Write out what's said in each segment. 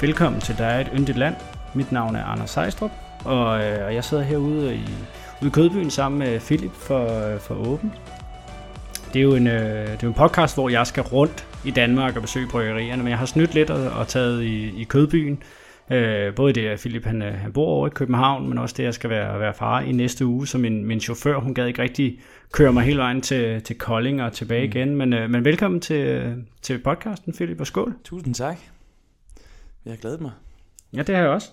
Velkommen til Der er et yndigt land. Mit navn er Anders Sejstrup, og jeg sidder herude i Kødbyen sammen med Philip for Åben. Det er jo en podcast, hvor jeg skal rundt i Danmark og besøge bryggerierne, men jeg har snydt lidt og taget i Kødbyen. Både det, at Philip han bor over i København, men også det, at jeg skal være far i næste uge, så min chauffør, hun gad ikke rigtig køre mig hele vejen til Kolding og tilbage igen. Men velkommen til podcasten, Philip, og skål. Tusind tak. Jeg har glædet mig. Ja, det har jeg også.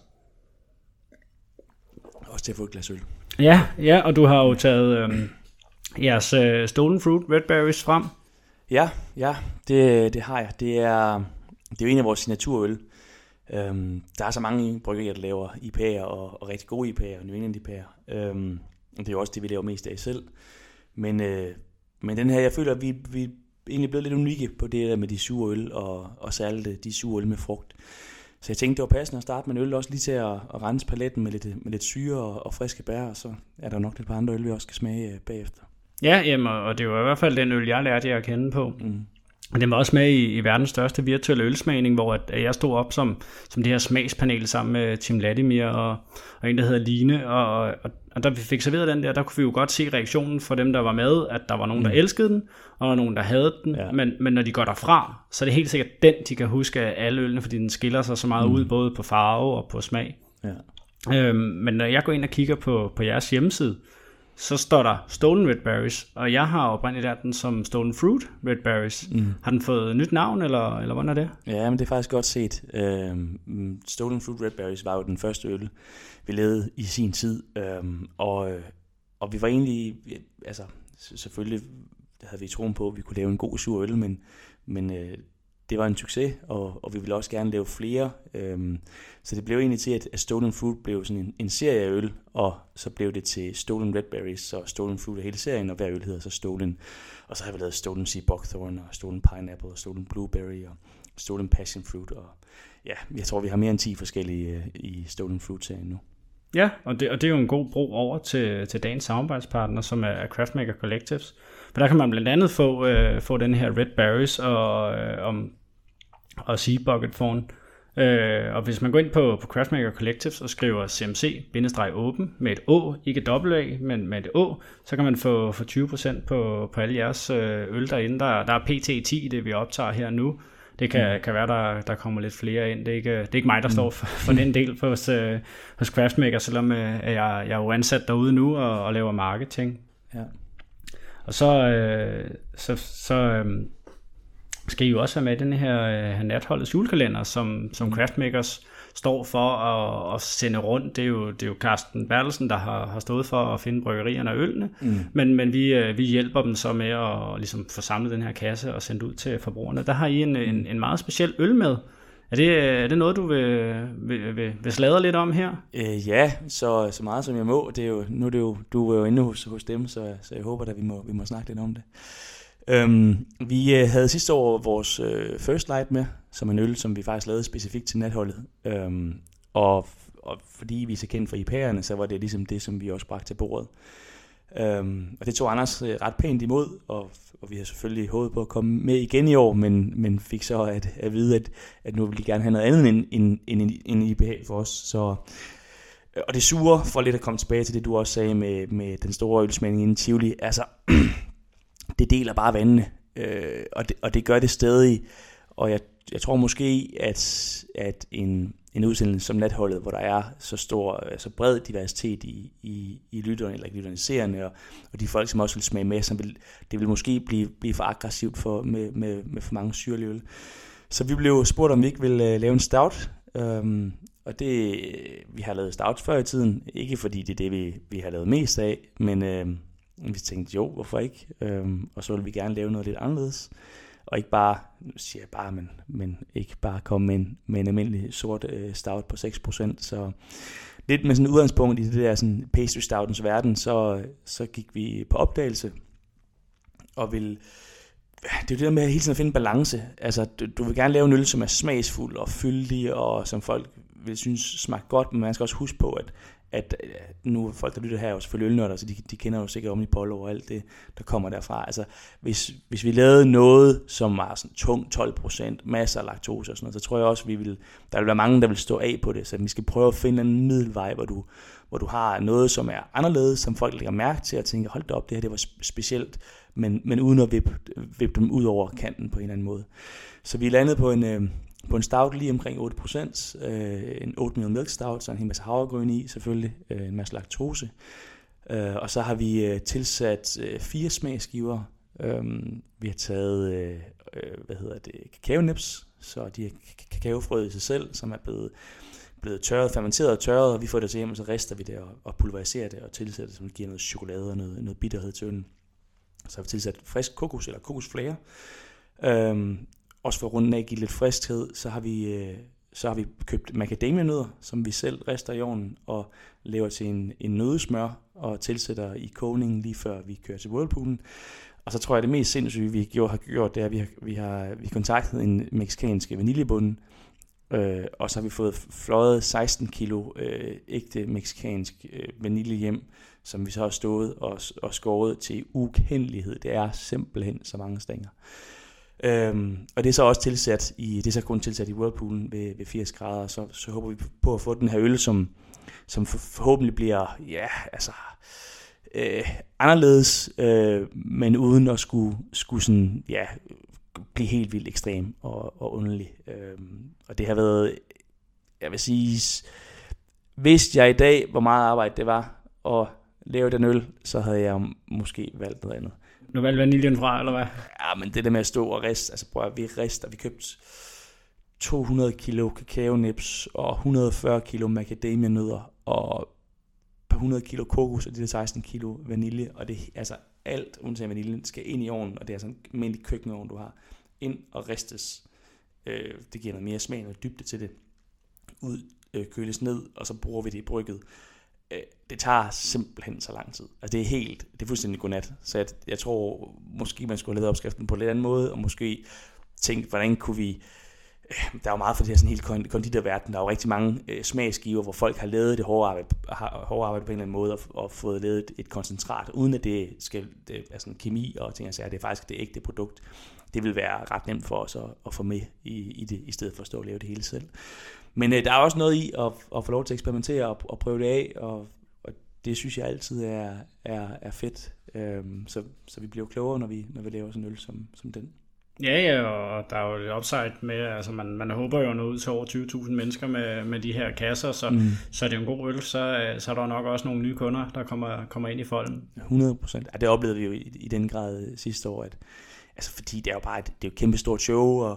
Også til at få et glas øl. Ja, og du har jo taget jeres Stolen Fruit Red Berries frem. Ja, det har jeg. Det er jo en af vores signaturøl. Der er så mange bryggerier, der laver IPA'er og rigtig gode IPA'er og New England IPA'er. Det er jo også det, vi laver mest af selv. Men den her, jeg føler, at vi egentlig blevet lidt unikke på det der med de sure øl, og særligt de sure øl med frugt. Så jeg tænkte, det var passende at starte med en øl, også lige til at rense paletten med lidt syre og friske bær, og så er der nok lidt par andre øl, vi også skal smage bagefter. Ja, jamen, og det var i hvert fald den øl, jeg lærte jer at kende på. Og den var også med i verdens største virtuelle ølsmagning, hvor at jeg stod op som det her smagspanel sammen med Tim Latimer og en, der hedder Line. Og da vi fik serveret den der kunne vi jo godt se reaktionen for dem, der var med, at der var nogen, der elskede den, og nogen, der havde den. Ja. Men når de går derfra, så er det helt sikkert den, de kan huske af alle ølene, fordi den skiller sig så meget ud, både på farve og på smag. Ja. Men når jeg går ind og kigger på jeres hjemmeside, så står der Stolen Red Berries, og jeg har oprindeligt lært den som Stolen Fruit Red Berries. Har den fået nyt navn, eller hvordan er det? Ja, men det er faktisk godt set. Stolen Fruit Red Berries var jo den første øl, vi lavede i sin tid, og vi var egentlig, altså selvfølgelig havde vi troen på, at vi kunne lave en god sur øl, men det var en succes, og vi ville også gerne lave flere. Så det blev egentlig til, at Stolen Fruit blev sådan en serie af øl, og så blev det til Stolen Red Berries, så Stolen Fruit er hele serien, og hver øl hedder så Stolen. Og så har vi lavet Stolen Sea Buckthorn, og Stolen Pineapple, og Stolen Blueberry, og Stolen Passion Fruit. Og ja, jeg tror, vi har mere end 10 forskellige i Stolen Fruit-serien nu. Ja, og det er jo en god bro over til dagens samarbejdspartner, som er Craftmaker Collectives. For der kan man blandt andet få den her Red Berries og Sea Buckthorn. Og hvis man går ind på Craftmaker Collectives og skriver CMC-åben med et Å, ikke dobbelt A, men med et Å, så kan man få 20% på alle jeres øl derinde. Der er PT10, det vi optager her nu. Det kan være, der kommer lidt flere ind. Det er ikke mig, der står for den del hos Craftmaker, selvom jeg er jo ansat derude nu og laver marketing. Ja. Og så skal I jo også være med i den her natholdets julekalender, som Craftmakers står for at sende rundt. Det er jo Carsten Bertelsen, der har stået for at finde bryggerierne og ølene, men vi hjælper dem så med at ligesom få samlet den her kasse og sendt ud til forbrugerne. Der har I en meget speciel øl med. Er det noget, du vil sladre lidt om her? Ja, så meget som jeg må. Du er jo inde hos dem, så jeg håber, at vi må snakke lidt om det. Vi havde sidste år vores First Light med, som en øl, som vi faktisk lavede specifikt til natholdet. Og fordi vi er så kendt for IPA'erne, så var det ligesom det, som vi også bragte til bordet. Og det tog Anders ret pænt imod, og vi har selvfølgelig håbet på at komme med igen i år, men fik så at vide, at nu vil de gerne have noget andet end en IPA for os. Så, og det sure, for lidt at komme tilbage til det, du også sagde med den store ølsmagning inden Tivoli, altså det deler bare vandene, og det gør det stadig, og jeg tror måske, at en udsendelse som natholdet, hvor der er så bred diversitet i lytterne, eller lytterne seerne, og de folk, som også vil smage med, det vil måske blive for aggressivt med for mange syrlige øl. Så vi blev spurgt, om vi ikke ville lave en stout, og vi har lavet stouts før i tiden, ikke fordi det er det, vi har lavet mest af, men vi tænkte, jo, hvorfor ikke? Og så ville vi gerne lave noget lidt anderledes. Og ikke bare, nu siger jeg bare, men ikke bare komme med en almindelig sort stout på 6%. Så lidt med sådan et udgangspunkt i det der sådan pastry stoutens verden, så gik vi på opdagelse. Og det er jo det der med hele tiden at finde balance. Altså, du vil gerne lave en øl, som er smagsfuld og fyldig, og som folk vil synes smagte godt, men man skal også huske på, at nu folk, der lytter her, er jo selvfølgelig ølnørder, så de kender jo sikkert Omnipollo og alt det, der kommer derfra. Altså, hvis vi lavede noget, som var sådan tung 12%, masser af laktose og sådan noget, så tror jeg også, der vil være mange, der vil stå af på det, så vi skal prøve at finde en middelvej, hvor du har noget, som er anderledes, som folk lægger mærke til og tænker, hold da op, det her det var specielt, men uden at vippe dem ud over kanten på en eller anden måde. Så vi er landet på en stout lige omkring 8%, en oatmeal milk stout, så en hel masse havregryn i, selvfølgelig, en masse laktose. Og så har vi tilsat 4 smagsgiver. Vi har taget, kakaonips, så de er kakaofrø i sig selv, som er blevet tørret, fermenteret og tørret, og vi får det til hjem, og så rister vi det og pulveriserer det og tilsætter det, så det giver noget chokolade og noget bitterhed til øllen. Så har vi tilsat frisk kokos eller kokosflager. Også for at runde af give lidt friskhed, så har vi købt macadamia-nødder, som vi selv rister i ovnen og laver til en nøddesmør og tilsætter i kogningen lige før vi kører til whirlpoolen. Og så tror jeg, det mest sindssyge, vi har gjort, det er, at vi har kontaktet en mexicansk vaniljebonde, og så har vi fået fløjet 16 kilo ægte mexicansk vanilje hjem, som vi så har stået og skåret til ukendelighed. Det er simpelthen så mange stænger. Og det er så også tilsat kun tilsat i whirlpoolen ved 80 grader, så håber vi på at få den her øl, som forhåbentlig bliver anderledes, men uden at skulle sådan, blive helt vildt ekstrem og underlig. Og det har været, jeg vil sige, hvis jeg i dag, hvor meget arbejde det var at lave den øl, så havde jeg måske valgt noget andet. Nu valgte vaniljen fra, eller hvad? Ja, men det der med at stå og riste, altså prøv at vi købte 200 kilo kakaonips og 140 kilo macadamia-nødder og 100 kilo kokos og de der 16 kilo vanilje, og det altså alt undtagen vaniljen skal ind i ovnen, og det er sådan en almindelig køkkenovn, du har, ind og ristes. Det giver noget mere smag og dybde til det. Ud, køles ned, og så bruger vi det i brygget. Det tager simpelthen så lang tid. Altså det er fuldstændig godnat. Så jeg tror, måske man skulle have lavet opskriften på en lidt anden måde, og måske tænke, hvordan kunne vi... Der er jo meget for det her sådan helt konditorverden. Der er jo rigtig mange smagsgiver, hvor folk har lavet det hårde arbejde på en eller anden måde, og fået lavet et koncentrat, uden at det er sådan kemi og ting, altså det er faktisk det ægte produkt. Det vil være ret nemt for os at få med i det, i stedet for at stå og lave det hele selv. Men der er også noget i at få lov til at eksperimentere og prøve det af, og det synes jeg altid er fedt. Så vi bliver klogere, når vi laver sådan en øl som den. Ja, og der er jo et upside med, altså man håber jo at nå ud til over 20.000 mennesker med de her kasser, så er det jo en god øl, så er der nok også nogle nye kunder, der kommer ind i folden. 100%. Ja, det oplevede vi jo i den grad sidste år, altså fordi det er jo bare det er et kæmpe stort show,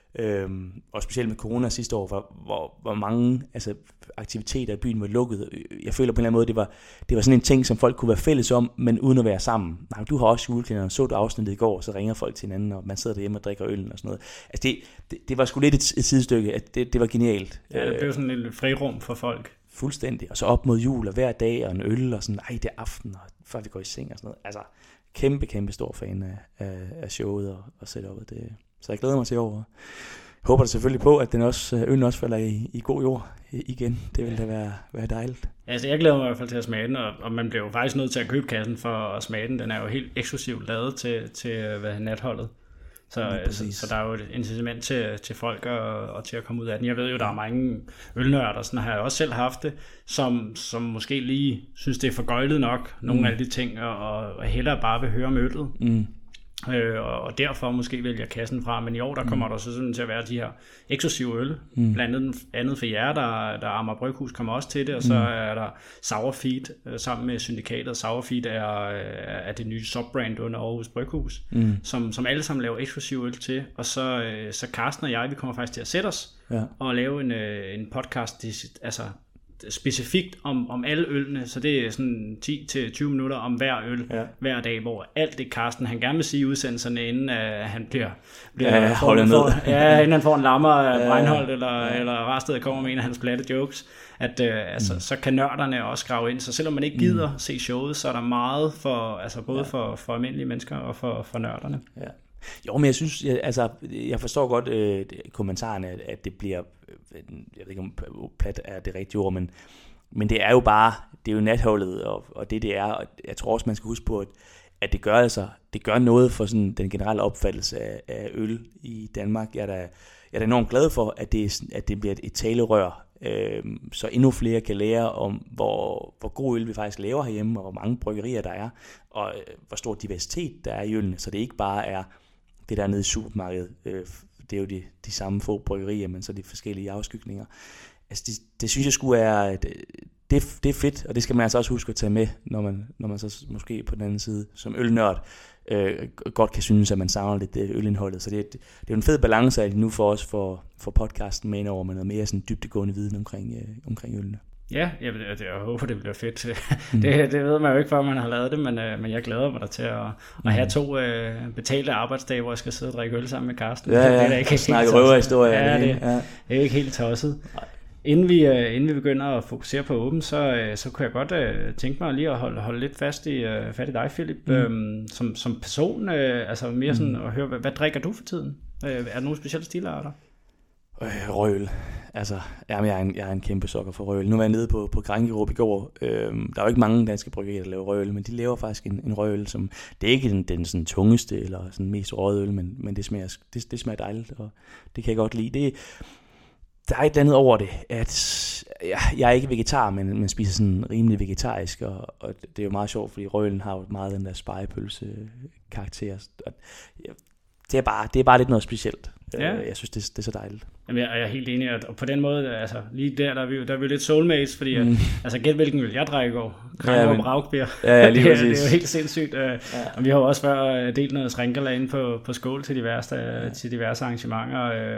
og specielt med corona sidste år, hvor mange aktiviteter i byen var lukket. Jeg føler på en eller anden måde, det var sådan en ting, som folk kunne være fælles om, men uden at være sammen. Nej, du har også julekalenderen, så du afsnittet i går, så ringer folk til hinanden, og man sidder derhjemme og drikker øllen og sådan noget. Altså det var sgu lidt et sidestykke, at det var genialt. Ja, det blev sådan et frirum for folk. Fuldstændig. Og så op mod jul, og hver dag, og en øl, og sådan, det er aften, og før vi går i seng og sådan noget. Altså, kæmpe stor fan af showet og setupet. Så jeg glæder mig til over. Jeg håber selvfølgelig på, at øllen også falder i god jord igen. Det vil da være dejligt. Altså, jeg glæder mig i hvert fald til at smage den, og man bliver jo faktisk nødt til at købe kassen for at smage den. Den er jo helt eksklusivt lavet til natholdet. Så der er jo et incitament til folk og til at komme ud af den. Jeg ved jo, der er mange ølnørder, sådan har jeg også selv haft det, som måske lige synes, det er for gøjlet nok, nogle af de ting, og hellere bare vil høre om øllet. Og derfor måske vælger kassen fra, men i år der kommer der så sådan til at være de her eksklusive øl, blandt andet for jer, der Amager Bryghus kommer også til det, og så er der Sour Feed sammen med syndikatet. Sour Feed er det nye subbrand under Aarhus Bryghus, som alle sammen laver eksklusive øl til, og så Carsten og jeg, vi kommer faktisk til at sætte os og lave en podcast, altså specifikt om alle ølene, så det er sådan 10-20 minutter om hver øl hver dag, hvor alt det Carsten han gerne vil sige i udsendelserne, inden han bliver holdet ned. Inden han får en lammer af Breinholt eller Rasted kommer med en af hans glatte jokes, at så kan nørderne også grave ind, så selvom man ikke gider se showet, så er der meget for, altså både for almindelige mennesker og for nørderne. Ja. Jo, men jeg synes, jeg forstår godt kommentarerne, at det bliver, jeg ved ikke om plat er det rigtige ord, men det er jo bare, det er jo natholdet, og det er, og jeg tror også, man skal huske på, at det gør noget for sådan den generelle opfattelse af øl i Danmark. Jeg er da enormt glad for, at det bliver et talerør, så endnu flere kan lære om, hvor god øl vi faktisk laver herhjemme, og hvor mange bryggerier der er, og hvor stor diversitet der er i ølene, så det ikke bare er det der nede i supermarkedet. Det er jo de samme få bryggerier, men så de forskellige afskygninger. Altså det synes jeg skulle er... Det er fedt, og det skal man altså også huske at tage med, når man så måske på den anden side som ølnørd godt kan synes, at man savner lidt ølindholdet. Så det er jo en fed balance, at nu får os for podcasten med over med noget mere sådan dybdegående viden omkring ølene. Ja, jeg håber, det bliver fedt. Det ved man jo ikke, før man har lavet det, men jeg glæder mig da til at have 2 betalte arbejdsdage, hvor jeg skal sidde og drikke øl sammen med Carsten. Ja, det er ikke snakke røverhistorier. Ja, det er ikke helt tosset. Nej. Inden vi begynder at fokusere på åben, så kunne jeg godt tænke mig lige at holde lidt fat i dig, Philip, som person, altså mere sådan at høre, hvad drikker du for tiden? Er der nogle specielle stilarter? Røgøl. Altså, jeg er en kæmpe sokker for røgøl. Nu var jeg nede på Krankerup i går. Der er jo ikke mange danske bryggerier, der laver røgøl, men de laver faktisk en røgøl, som det er ikke den sådan tungeste eller sådan mest røde øl, men det smager dejligt, og det kan jeg godt lide. Der er et andet over det, at jeg er ikke vegetar, men man spiser sådan rimelig vegetarisk, og det er jo meget sjovt, fordi røgølen har jo meget den der spegepølse-karakter. Det er bare lidt noget specielt. Ja. Jeg synes, det er så dejligt. Jamen, jeg er helt enig, og på den måde, altså lige der er vi jo lidt soulmates, fordi altså gæt hvilken øl jeg drikker går. Krankerup Raugbier. Ja, lige det er jo helt sindssygt. Og vi har jo også før delt noget srinkerler inde på skål til diverse arrangementer,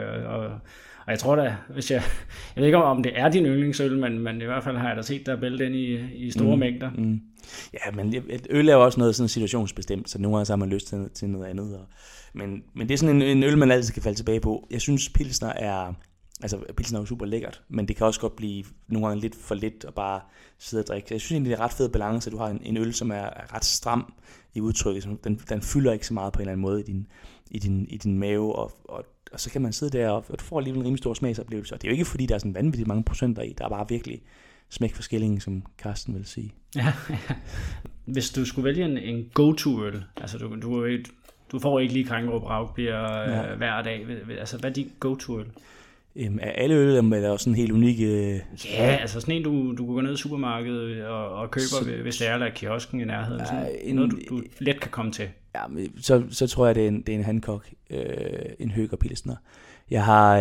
og jeg tror da, jeg ved ikke om det er din yndlingsøl, men i hvert fald har jeg da set dig bælte ind i store mængder. Ja, men øl er jo også noget sådan situationsbestemt, så nogle gange har man lyst til noget andet. Men det er sådan en øl, man altid kan falde tilbage på. Jeg synes, pilsner er jo super lækkert, men det kan også godt blive nogle gange lidt for lidt at bare sidde og drikke. Jeg synes egentlig, det er ret fed balance, at du har en øl, som er ret stram i udtrykket. Den fylder ikke så meget på en eller anden måde i din mave, og så kan man sidde der, og du får alligevel en rimelig stor smagsoplevelse. Og det er jo ikke, fordi der er sådan vanvittigt mange procenter i. Der er bare virkelig smæk for skillingen, som Carsten vil sige. Ja. Hvis du skulle vælge en go-to-øl, altså du får ikke lige Krankerup Raugbier hver dag. Altså, hvad er din go-to-øl? Er alle øl, eller er der også sådan helt unikke... Ja, altså sådan en, du kan gå ned i supermarkedet og køber, hvis det er der kiosken i nærheden. Noget, du let kan komme til. Ja, så tror jeg, det er en Hancock, en Høger Pilsner. Jeg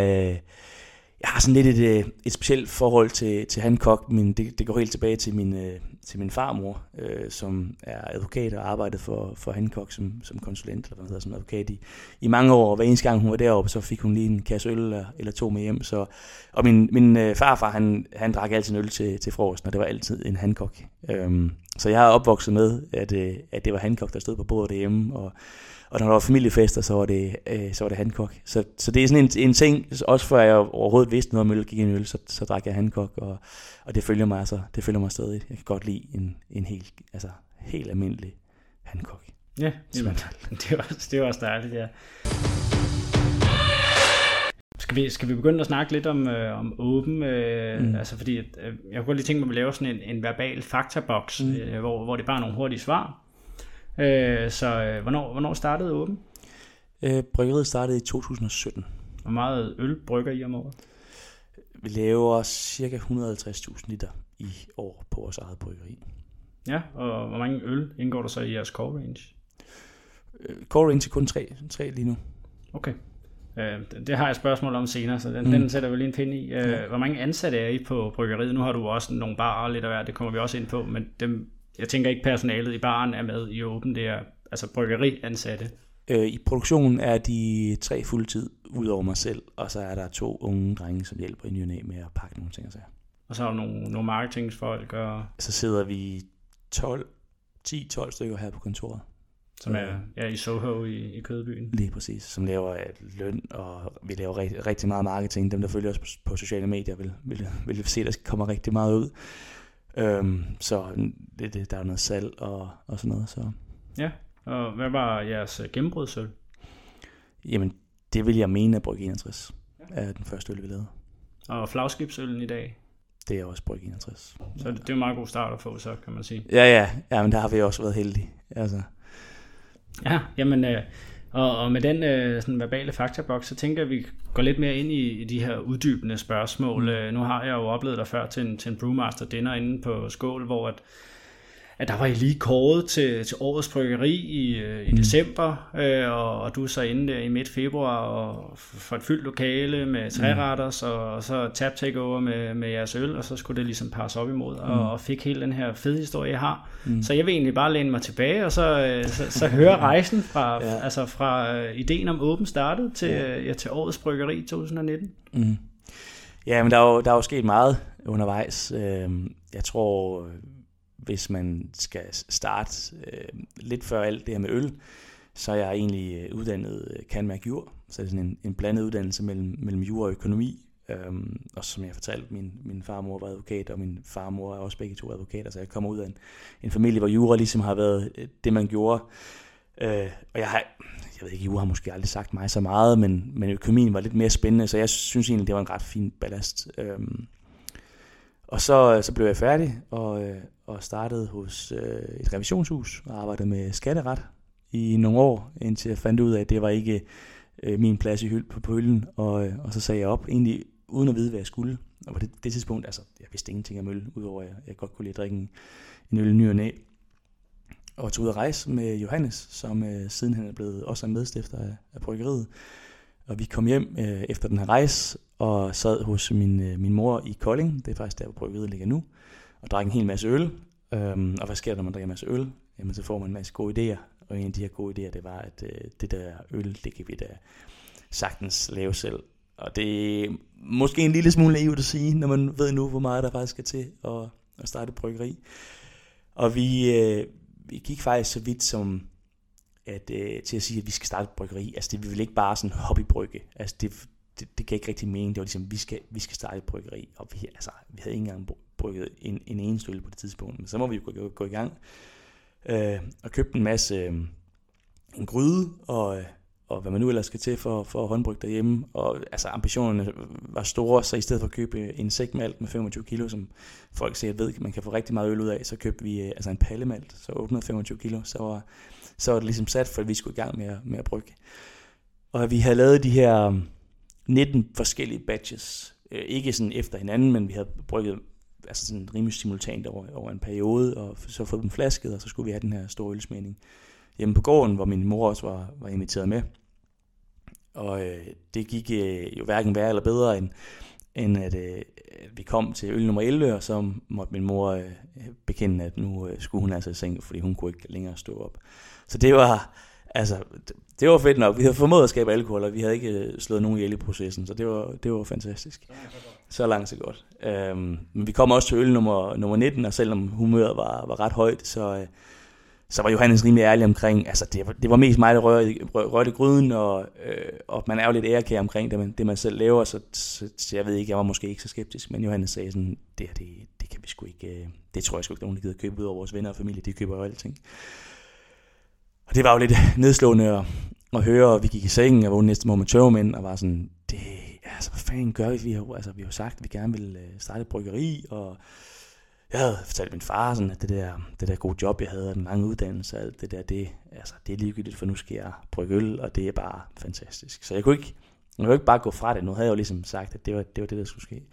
har sådan lidt et specielt forhold til Hancock, men det går helt tilbage til min farmor, som er advokat og arbejdede for Hancock som konsulent, eller hvad hedder, som advokat i mange år. Og hver eneste gang hun var deroppe, så fik hun lige en kasse øl eller 2 med hjem. Og min farfar, han drak altid en øl til frokosten, og det var altid en Hancock. Så jeg er opvokset med, at det var Hancock, der stod på bordet derhjemme, og når der var familiefester, så var det Hancock. Så det er sådan en ting, også før jeg overhovedet vidste noget om øl, gik en øl, så drak jeg Hancock, og det følger mig stadig. Jeg kan godt lide en helt almindelig Hancock. Ja, det er også dejligt, ja. Skal vi begynde at snakke lidt om åben? Altså fordi, jeg kunne godt lige tænke mig, at vi laver sådan en verbal faktaboks, hvor det bare er nogle hurtige svar. Så hvornår startede åben? Bryggeriet startede i 2017. Hvor meget øl brygger I om året? Vi laver ca. 150.000 liter i år på vores eget bryggeri. Ja, og hvor mange øl indgår der så i jeres core range? Core range er kun 3 lige nu. Okay. Det har jeg et spørgsmål om senere, så den sætter vi lige en pind i. Hvor mange ansatte er I på bryggeriet? Nu har du også nogle barer lidt af hver, det kommer vi også ind på, men jeg tænker ikke, personalet i baren er med i åben, det er altså bryggeriansatte. I produktionen er de 3 fuldtid ud over mig selv, og så er der 2 unge drenge, som hjælper i ny og næ med at pakke nogle ting og sager. Og så er der nogle marketingsfolk og... Så sidder vi 10-12 stykker her på kontoret. Som er i Soho i Kødbyen. Lige præcis, som laver løn, og vi laver rigtig meget marketing. Dem, der følger os på sociale medier, vil se, at der kommer rigtig meget ud. Så der er noget salg og sådan noget. Så. Ja, og hvad var jeres gennembrudsøl? Jamen, det vil jeg mene, at Brygge 61 er den første øl, vi lavede. Og flagskibsøllen i dag? Det er også Brygge 61. Så det er jo en meget god start at få, så kan man sige. Ja, men der har vi også været heldige. Altså. Ja, jamen, og med den sådan verbale faktaboks, så tænker jeg, at vi går lidt mere ind i de her uddybende spørgsmål. Nu har jeg jo oplevet dig før til en Brewmaster Dinner inde på Skål, hvor at der var I lige kåret til årets bryggeri i december, og du er så inde der i midt februar og for et fyldt lokale med træretters, og så tap takeover med jeres øl, og så skulle det ligesom passe op imod, og fik hele den her fede historie, jeg har. Så jeg vil egentlig bare læne mig tilbage, og så høre rejsen fra ideen om åben startet til årets bryggeri 2019. Ja, men der er jo sket meget undervejs. Jeg tror, hvis man skal starte lidt før alt det her med øl, så er jeg egentlig uddannet cand.merc jur, så det er sådan en blandet uddannelse mellem jur og økonomi. Og som jeg fortalte, min farmor var advokat, og min farmor er også begge to advokater, så jeg kommer ud af en familie, hvor jura ligesom har været det, man gjorde. Og jeg ved ikke, jura har måske aldrig sagt mig så meget, men økonomien var lidt mere spændende, så jeg synes egentlig, det var en ret fin ballast. Og så blev jeg færdig og startede hos et revisionshus og arbejdede med skatteret i nogle år, indtil jeg fandt ud af, at det var ikke min plads på hylden, og så sagde jeg op, egentlig uden at vide, hvad jeg skulle. Og på det tidspunkt, altså, jeg vidste ingenting om øl, udover at jeg godt kunne lide at drikke en øl ny og næ. Og tog ud at rejse med Johannes, som sidenhen er blevet også en medstifter af bryggeriet. Og vi kom hjem efter den her rejse, og sad hos min mor i Kolding, det er faktisk der, hvor bryggeriet ligger nu, og drak en hel masse øl. Og hvad sker der, når man drikker en masse øl? Jamen, så får man en masse gode idéer, og en af de her gode idéer, det var, at det der øl, det kan vi da sagtens lave selv. Og det er måske en lille smule naivt at sige, når man ved nu, hvor meget der faktisk skal til at starte et bryggeri. Og vi gik faktisk så vidt som til at sige, at vi skal starte et bryggeri. Altså, det vi vil ikke bare sådan hobbybrygge. Altså, det gav ikke rigtig mening. Det var ligesom, vi skal starte et bryggeri. Og vi havde ikke engang brygget en eneste øl på det tidspunkt. Men så må vi jo gå i gang. Og købte en masse en gryde og hvad man nu ellers skal til for at håndbrygge derhjemme. Og altså, ambitionerne var store, så i stedet for at købe en sækmalt med 25 kilo, som folk sikkert ved, man kan få rigtig meget øl ud af, så købte vi en pallemalt, så 825 kilo. Så var det ligesom sat, for at vi skulle i gang med at brygge. Og vi havde lavet de her 19 forskellige batches. Ikke sådan efter hinanden, men vi havde brygget altså sådan rimelig simultant over en periode, og så fået dem flasket, og så skulle vi have den her store ølsmagning hjemme på gården, hvor min mor også var inviteret med. Og det gik jo hverken værre eller bedre, end at vi kom til øl nummer 11, og så måtte min mor bekende, at nu skulle hun altså i seng, fordi hun kunne ikke længere stå op. Så det var fedt nok. Vi havde formået at skabe alkohol, og vi havde ikke slået nogen ihjel i processen, så det var fantastisk. Så langt så godt. Men vi kom også til øl nummer 19, og selvom humøret var ret højt, så var Johannes rimelig ærlig omkring, altså det var mest mig, der rørte gryden, og man er jo lidt ærekær omkring det man selv laver, så jeg ved ikke, jeg var måske ikke så skeptisk, men Johannes sagde sådan, det kan vi sgu ikke, det tror jeg sgu ikke, nogen gider købe ud over vores venner og familie, de køber jo alting. Og det var jo lidt nedslående at høre, og vi gik i sengen, og vågnede næste morgen med tørvemænd, og var sådan, hvad fanden gør vi? Vi har jo sagt, at vi gerne vil starte et bryggeri, og jeg havde fortalt min far, sådan, at det der gode job, jeg havde, og den lange uddannelse, alt det der, det er ligegyldigt, for nu skal jeg brygge øl, og det er bare fantastisk. Så jeg kunne ikke bare gå fra det. Nu havde jeg jo ligesom sagt, at det var det, der skulle ske.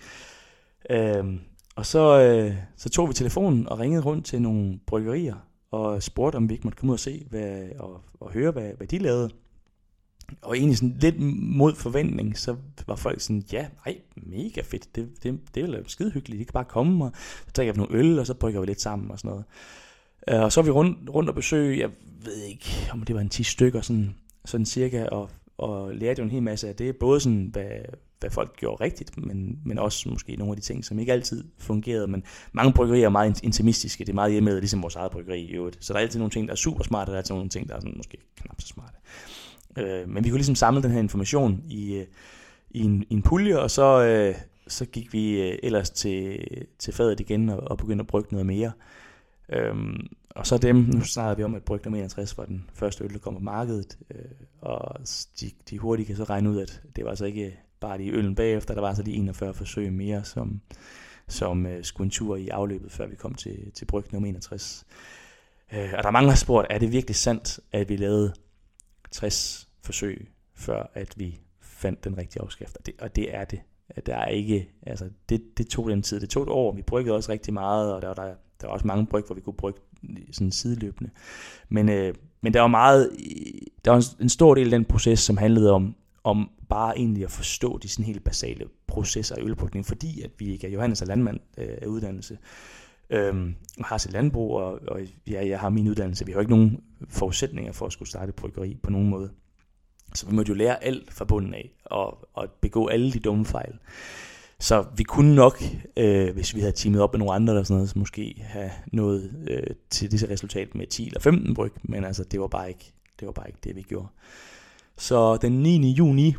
Og så tog vi telefonen og ringede rundt til nogle bryggerier, og spurgte, om vi ikke måtte komme ud og se, og høre, hvad de lavede. Og egentlig sådan lidt mod forventning, så var folk sådan, mega fedt, det er jo skide hyggeligt, de kan bare komme, og så drikker vi nogle øl, og så brygger vi lidt sammen og sådan noget. Og så er vi rundt og besøge, jeg ved ikke, om det var en 10 stykker, sådan cirka, og lærte jo en hel masse af det, både sådan, hvad folk gjorde rigtigt, men også måske nogle af de ting, som ikke altid fungerede, men mange bryggerier er meget intimistiske, det er meget hjemmet, ligesom vores eget bryggeri i øvrigt, så der er altid nogle ting, der er super smarte, og der er altid nogle ting, der er sådan, måske knap så smarte. Men vi kunne ligesom samle den her information i en pulje, og så gik vi ellers til fadet igen og begyndte at brygge noget mere. Og så dem, nu snakker vi om, at Bryg nummer 61 var den første øl, der kom på markedet, og de hurtigt kan så regne ud, at det var altså ikke bare de øllen bagefter, der var altså de 41 forsøg mere, som skulle en tur i afløbet, før vi kom til Bryg nummer 61. Og der er mange, der har spurgt, er det virkelig sandt, at vi lavede 60 forsøg, før at vi fandt den rigtige opskrift? Og det er det. Der er ikke, altså det tog den tid. Det tog et år. Vi bryggede også rigtig meget, og der var også mange bryg, hvor vi kunne brygge sådan sideløbende. Men der var en stor del af den proces, som handlede om bare egentlig at forstå de sådan helt basale processer i ølbrygning, fordi at vi ikke er Johannes og landmand af uddannelse, og har sit landbrug, og jeg har min uddannelse. Vi har jo ikke nogen forudsætninger for at skulle starte et bryggeri på nogen måde. Så vi måtte jo lære alt fra bunden af, og begå alle de dumme fejl. Så vi kunne nok, hvis vi havde teamet op med nogle andre, eller sådan noget, så måske have nået til disse resultat med 10 eller 15 bryg, men altså, det var bare ikke det, vi gjorde. Så den 9. juni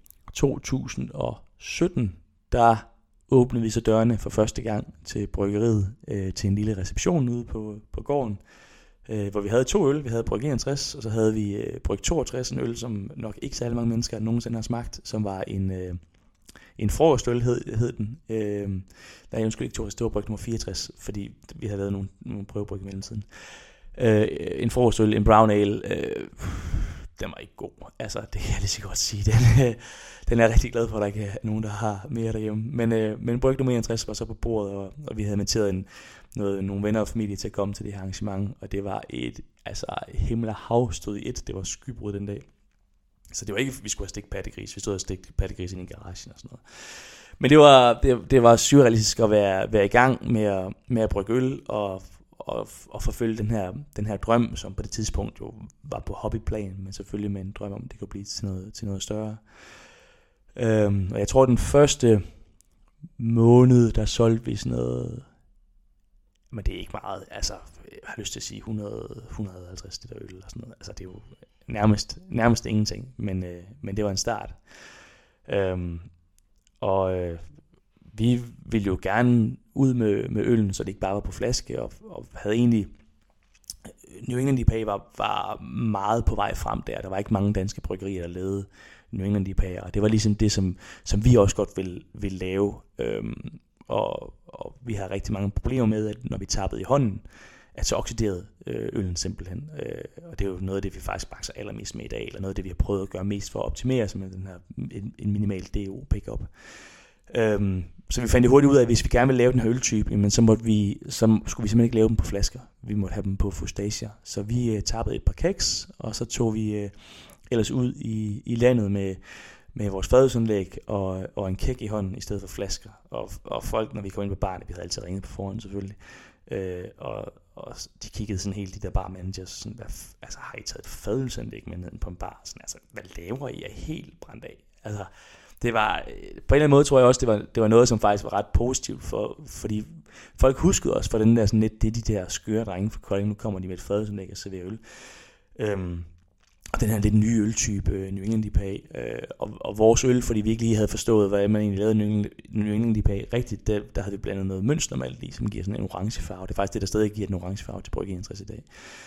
2017, der åbnede vi så dørene for første gang til bryggeriet, til en lille reception ude på gården, hvor vi havde 2 øl. Vi havde Bryg 61, og så havde vi Bryg 62, en øl, som nok ikke særlig mange mennesker nogensinde har smagt, som var en frokostøl, hed den. Der er jo ikke 62, det var Bryg nummer 64, fordi vi havde lavet nogle prøvebryg i mellemtiden. En frokostøl, en brown ale, den var ikke god. Altså, det kan jeg lige så godt sige. Den er jeg rigtig glad for, at der ikke er nogen, der har mere derhjemme. Men Bryg nummer 61 var så på bordet, og vi havde inviteret nogle venner og familie til at komme til det her arrangement, og det var et himmel og hav stod i et. Det var skybrud den dag. Så det var ikke, vi skulle have stikket pattegris. Vi stod og stikket pattegris ind i garagen og sådan noget. Men det var surrealistisk at være i gang med at brygge øl og forfølge den her drøm, som på det tidspunkt jo var på hobbyplan, men selvfølgelig med en drøm om, det kunne blive til noget større. Og jeg tror, den første måned, der solgte vi sådan noget, men det er ikke meget, altså jeg har lyst til at sige 150 liter øl eller sådan noget. Altså det er jo nærmest ingenting, men det var en start. Vi ville jo gerne ud med øllen, så det ikke bare var på flaske, og havde egentlig New England IPA var meget på vej frem der. Der var ikke mange danske bryggerier, der lavede New England IPA, og det var ligesom det, som vi også godt ville lave. Og vi har rigtig mange problemer med, at når vi tappede i hånden, at så oxiderede øllen simpelthen. Og det er jo noget af det, vi faktisk bakser allermest med i dag, eller noget af det, vi har prøvet at gøre mest for at optimere, som den her en minimal DO pickup. Så vi fandt det hurtigt ud af, at hvis vi gerne ville lave den her øltype, jamen, så skulle vi simpelthen ikke lave dem på flasker. Vi måtte have dem på fustasia. Så vi tappede et par keks, og så tog vi ellers ud i landet med vores fadelsanlæg og en kæk i hånden i stedet for flasker. Og folk, når vi kom ind på baren, vi havde altid ringet på forhånd selvfølgelig, og de kiggede sådan helt, de der barmanagers, sådan, har I taget et fadelsanlæg med ned på en bar? Sådan, hvad laver I? Er helt brændt af? Altså, det var, på en eller anden måde tror jeg også, det var noget, som faktisk var ret positivt, fordi folk huskede os for den der sådan lidt, det er de der skøre drenge fra Kolding, nu kommer de med et fadelsanlæg og serverer øl. Og den her lidt nye øltype, New England IPA, og vores øl, fordi vi ikke lige havde forstået, hvad man egentlig lavede New England IPA rigtigt, der havde vi blandet noget mønstermalt i, som giver sådan en orange farve. Det er faktisk det, der stadig giver den orange farve til Bryg 61 i dag.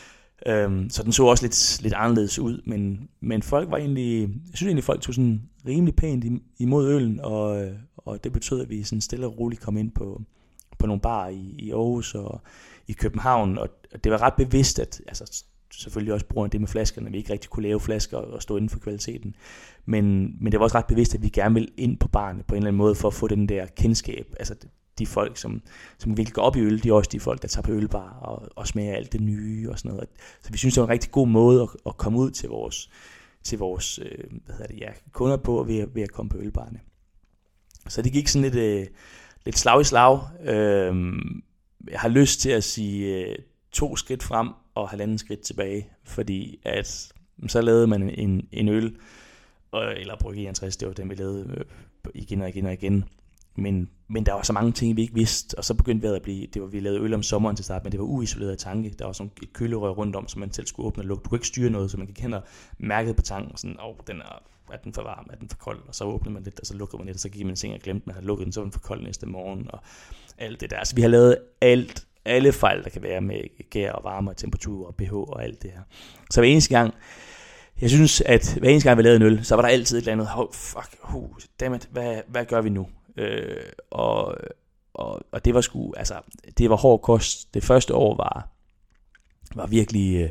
Så den så også lidt anderledes ud, men folk var egentlig, jeg synes egentlig, folk tog sådan rimelig pænt imod øllen, og det betød, at vi sådan stille og roligt kom ind på nogle barer i Aarhus og i København, og det var ret bevidst, at selvfølgelig også bruger det med flaskerne, vi ikke rigtig kunne lave flasker og stå inden for kvaliteten, men det var også ret bevidst, at vi gerne ville ind på barne på en eller anden måde, for at få den der kendskab, altså de folk, som virkelig går op i øl, de er også de folk, der tager på ølbar og smager alt det nye og sådan noget. Så vi synes, det var en rigtig god måde at komme ud til vores kunder på ved at komme på ølbarne. Så det gik sådan lidt slag i slag. Jeg har lyst til at sige 2 skridt frem og 1,5 skridt tilbage, fordi at så lavede man en øl, eller Bryg 61, det var den, vi lavede igen og igen og igen. Men der var så mange ting, vi ikke vidste, og så begyndte det at vi lavede øl om sommeren til start, men det var uisoleret tanke. Der var sådan et kølerør rundt om, som man selv skulle åbne og lukke. Du kunne ikke styre noget, så man gik hen og mærkede på tanken, sådan, er den for varm, er den for kold, og så åbnede man lidt, og så lukkede man lidt, og så gik man i seng og glemte, man havde lukket den, så var den for kold næste morgen, og alt det der. Så vi har lavet alle fejl, der kan være med gær og varme og temperatur og pH og alt det her. Så hver eneste gang, jeg synes, at hver eneste gang vi lavede en øl, så var der altid et eller andet, dammit, hvad gør vi nu? Og det var sgu, altså, det var hård kost. Det første år var virkelig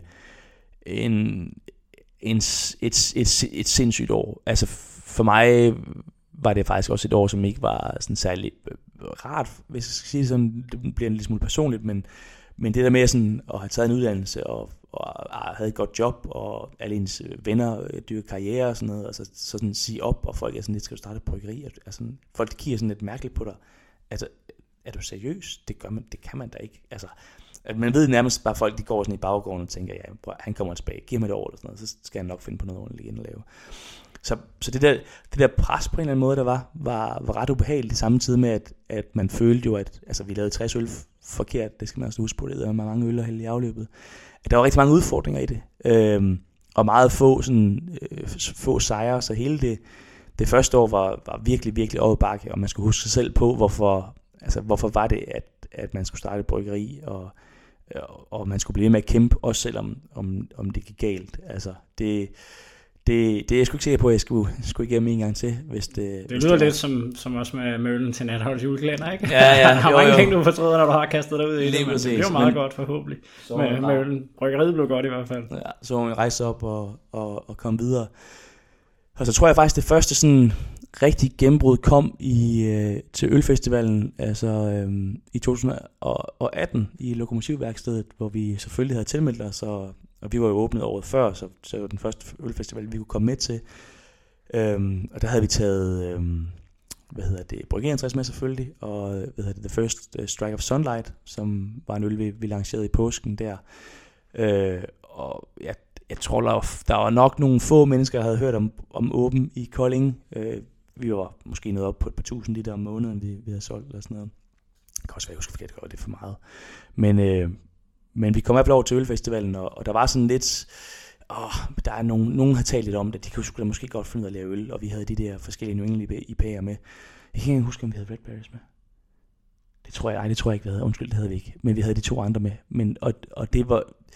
et sindssygt år. Altså for mig var det faktisk også et år, som ikke var sådan særlig rart, hvis jeg skal sige det sådan. Det bliver en lille smule personligt, men det der med sådan at have taget en uddannelse og havde et godt job, og alle ens venner dyrke karriere og sådan noget, og så sådan sige op, og folk er sådan lidt, skal du starte et bryggeri? Altså, folk kigger sådan lidt mærkeligt på dig. Altså, er du seriøs? Det kan man da ikke. Altså, man ved nærmest bare, folk de går sådan i baggården og tænker, ja, han kommer tilbage, giv mig et år eller sådan noget, så skal han nok finde på noget ordentligt igen at lave. Så det der pres på en eller anden måde, der var ret ubehageligt, samtidig med, at man følte jo, at altså, vi lavede 60 øl forkert, det skal man også huske på, det der mange øl og hælde i afløbet. At der var rigtig mange udfordringer i det, og meget få sejre, så hele det første år var virkelig, virkelig over bakke, og man skulle huske sig selv på, hvorfor var det, at man skulle starte et bryggeri, og man skulle blive med at kæmpe, også selvom om det gik galt. Altså, det er jeg sgu ikke sikker på, at jeg skulle igennem en gang til, hvis det... Det lyder lidt som også med ølen til Natholds julekalender, ikke? Ja. Der var ingen ting, du fortryder, når du har kastet dig ud i det, men det var meget godt forhåbentlig med ølen. Bryggeriet blev godt i hvert fald. Ja, så må man rejse op og komme videre. Og så tror jeg faktisk, det første sådan rigtig gennembrud kom til Ølfestivalen, altså i 2018 i Lokomotivværkstedet, hvor vi selvfølgelig havde tilmeldt os, og vi var jo åbnet året før, så det var den første ølfestival, vi kunne komme med til. Og der havde vi taget, Bryggerientres med selvfølgelig, og The First Strike of Sunlight, som var en øl, vi lancerede i påsken der. Og jeg tror, der var nok nogle få mennesker, der havde hørt om Åben i Kolding. Vi var måske nået op på et par tusind liter om måneden, vi havde solgt eller sådan noget. Det kan også være, jeg husker forkert, det er for meget. Men vi kom i hvert fald over til Ølfestivalen, og der var sådan lidt... der er nogen har talt lidt om det. De kunne måske godt finde ud af at lave øl, og vi havde de der forskellige New England IPA'er med. Jeg kan ikke huske, om vi havde Red Berries med. Det tror jeg ikke, vi havde. Undskyld, det havde vi ikke. Men vi havde de 2 andre med. Og det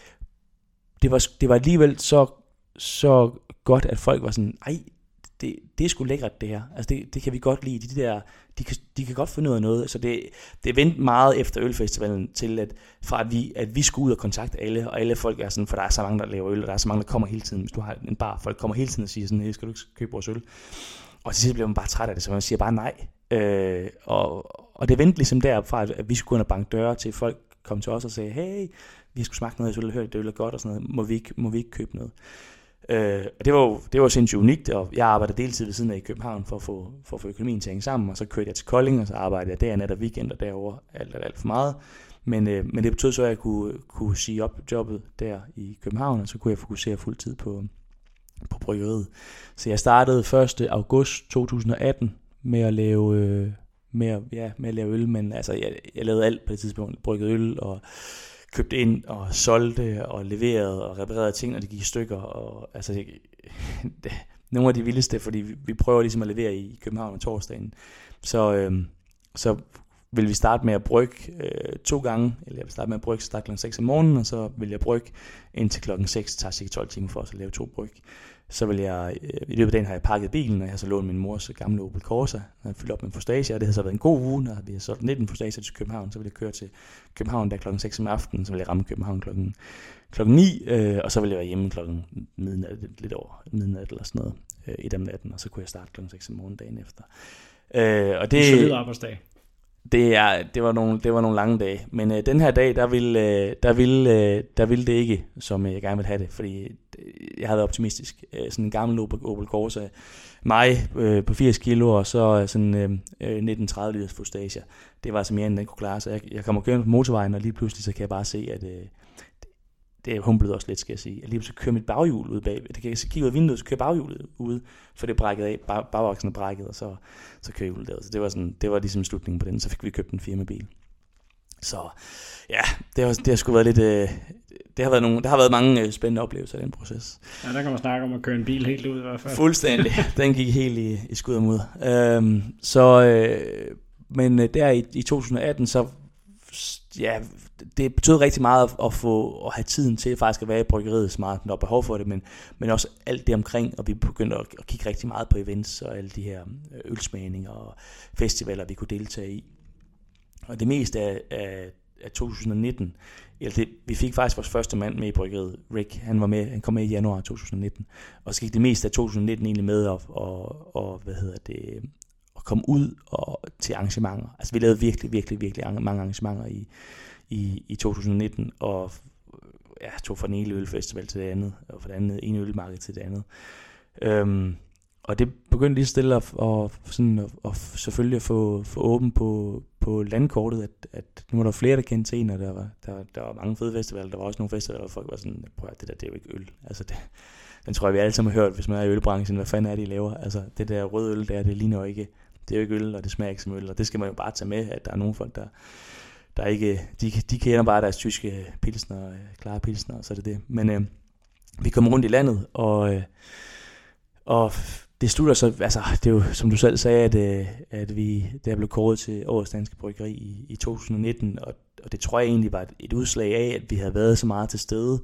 var alligevel så godt, at folk var sådan, det er sgu lækkert det her. Altså det kan vi godt lide. De kan godt finde ud af noget. Så det vendte meget efter Ølfestivalen til, at vi skulle ud og kontakte alle, og alle folk er sådan, for der er så mange, der laver øl, og der er så mange, der kommer hele tiden. Hvis du har en bar, folk kommer hele tiden og siger sådan, hey, skal du ikke købe vores øl? Og til sidst bliver man bare træt af det, så man siger bare nej. Og det vendte ligesom derfra, at vi skulle gå ind og banke døre til folk kom til os og sagde, hey, vi har sgu smagt noget, jeg skulle høre, det er godt og sådan noget, må vi ikke købe noget? Og det var sindssygt unikt, og jeg arbejdede deltid ved siden af i København for at få økonomien til at hænge sammen, og så kørte jeg til Kolding, og så arbejdede jeg der nat og weekend og derovre alt for meget. Men det betød så, at jeg kunne sige op jobbet der i København, og så kunne jeg fokusere fuldtid på bryggeriet. Så jeg startede 1. august 2018 med at lave øl, men altså jeg lavede alt på det tidspunkt, bryggede øl og købte ind og solgte og leverede og reparerede ting, og det gik i stykker. Og, altså, nogle af de vildeste, fordi vi prøver ligesom at levere i København om torsdagen. Så vil vi starte med at brygge 2 gange, eller jeg vil starte med at brygge, starte kl. 6 om morgenen, og så vil jeg brygge indtil kl. 6, tager cirka 12 timer for os at lave 2 bryg. Så vil jeg, i løbet af dagen har jeg pakket bilen, og jeg har så lånt min mors gamle Opel Corsa, og jeg fyldt op med Fustasia, og det har så været en god uge, når vi har solgt 19 Fustasia til København, så vil jeg køre til København der kl. 6 om aftenen, så vil jeg ramme København klokken 9, og så vil jeg være hjemme klokken midnat, lidt over midnat eller sådan noget, i den natten, og så kunne jeg starte kl. 6 om morgenen dagen efter. Og det er en solid arbejdsdag. Det var nogle lange dage, men den her dag, der ville det ikke, som jeg gerne ville have det, fordi jeg havde været optimistisk. Sådan en gammel Opel Corsa, mig på 80 kilo, og så sådan 19-30 liters Fustasia. Det var altså mere, end den kunne klare, så jeg kommer kørende på motorvejen, og lige pludselig så kan jeg bare se, at det humblede også lidt, skal jeg sige. Jeg lige pludselig kører mit baghjul ud bag. Det kan jeg kigge ud af vinduet, så kører baghjulet ud, for det brækkede af, bagvaksen er brækket, og så kører hjulet der. Så det var ligesom slutningen på den, så fik vi købt en firmabil. Så ja, det har sgu været lidt... Der har været mange spændende oplevelser i den proces. Ja, der kan man snakke om at køre en bil helt ud i hvert fald. Fuldstændig. Den gik helt i skud og mud. Men der i 2018, så ja, det betød rigtig meget at have tiden til faktisk at være i bryggeriet så meget, når der er behov for det, men også alt det omkring, og vi begyndte at kigge rigtig meget på events og alle de her ølsmagninger og festivaler, vi kunne deltage i. Og det meste af 2019, vi fik faktisk vores første mand med i bryggeriet, Rick, han kom med i januar 2019, og så gik det meste af 2019 egentlig med at komme ud til arrangementer. Altså vi lavede virkelig mange arrangementer i 2019, og tog fra den ene ølfestival til det andet, og fra det andet ene ølmarked til det andet. Og det begyndte lige stille at selvfølgelig at få åben på landkortet, at nu var der flere, der kendte til en, og der var mange fede festivaler. Der var også nogle festivaler, hvor folk var sådan, prøv at det der, det er jo ikke øl. Altså den tror jeg, vi alle sammen har hørt, hvis man er i ølbranchen, hvad fanden er det, I laver? Altså det der røde øl der, det ligner jo ikke, det er jo ikke øl, og det smager ikke som øl, og det skal man jo bare tage med, at der er nogle folk, der ikke, de kender bare deres tyske pilsner, klare pilsner, og så er det det. Men vi kom rundt i landet, og det slutter så, altså det er jo, som du selv sagde, at vi der blev kåret til Årets Danske Bryggeri i 2019, og det tror jeg egentlig var et udslag af, at vi havde været så meget til stede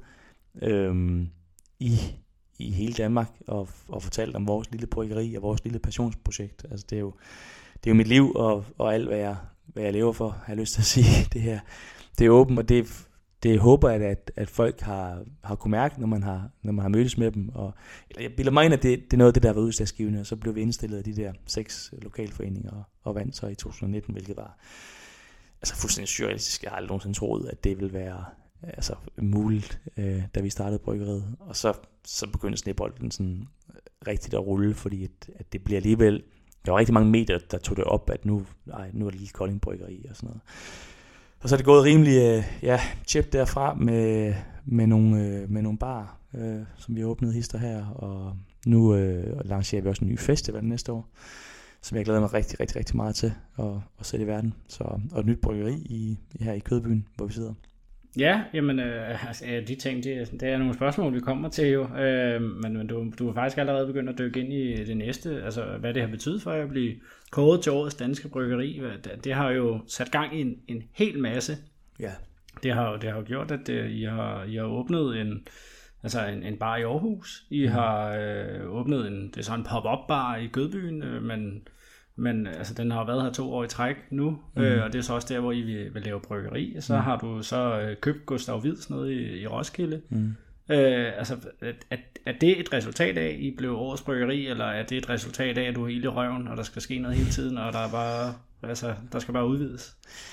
i hele Danmark, og fortalt om vores lille bryggeri og vores lille passionsprojekt. Altså det er jo mit liv, og alt, hvad jeg lever for, har jeg lyst til at sige. Det er åbent, og det håber jeg, at folk har kunne mærke, når man har mødtes med dem. Jeg bilder mig ind, at det er noget af det, der var udslagsgivende, og så blev vi indstillet af de der 6 lokalforeninger og vandt så i 2019, hvilket var altså fuldstændig surrealistisk. Jeg har aldrig nogensinde troet, at det ville være muligt, da vi startede bryggeriet. Og så begyndte snebolden sådan rigtigt at rulle, fordi at det bliver alligevel. Der var rigtig mange medier, der tog det op, at nu er det lille Kolding Bryggeri og sådan noget. Og så er det gået rimelig tjept derfra med nogle barer, som vi har åbnet hister her, og nu lancerer vi også en ny festival næste år, som jeg glæder mig rigtig, rigtig, rigtig meget til at sætte i verden. Og et nyt bryggeri her i Kødbyen, hvor vi sidder. Ja, jamen de ting, det er nogle spørgsmål, vi kommer til jo, men du har faktisk allerede begyndt at dykke ind i det næste, altså hvad det har betydet for jer at blive kåret til Årets Danske Bryggeri. Det har jo sat gang i en hel masse. Ja. Det har jo gjort, at I har åbnet en bar i Aarhus. I har åbnet det er så en pop-up bar i Kødbyen, men altså, den har været her 2 år i træk nu, og det er så også der, hvor I vil lave bryggeri. Så har du så købt Gustav Wieds nede i Roskilde. Altså, er det et resultat af, at I blev Årets Bryggeri, eller er det et resultat af, at du er helt i røven, og der skal ske noget hele tiden, og der skal bare udvides?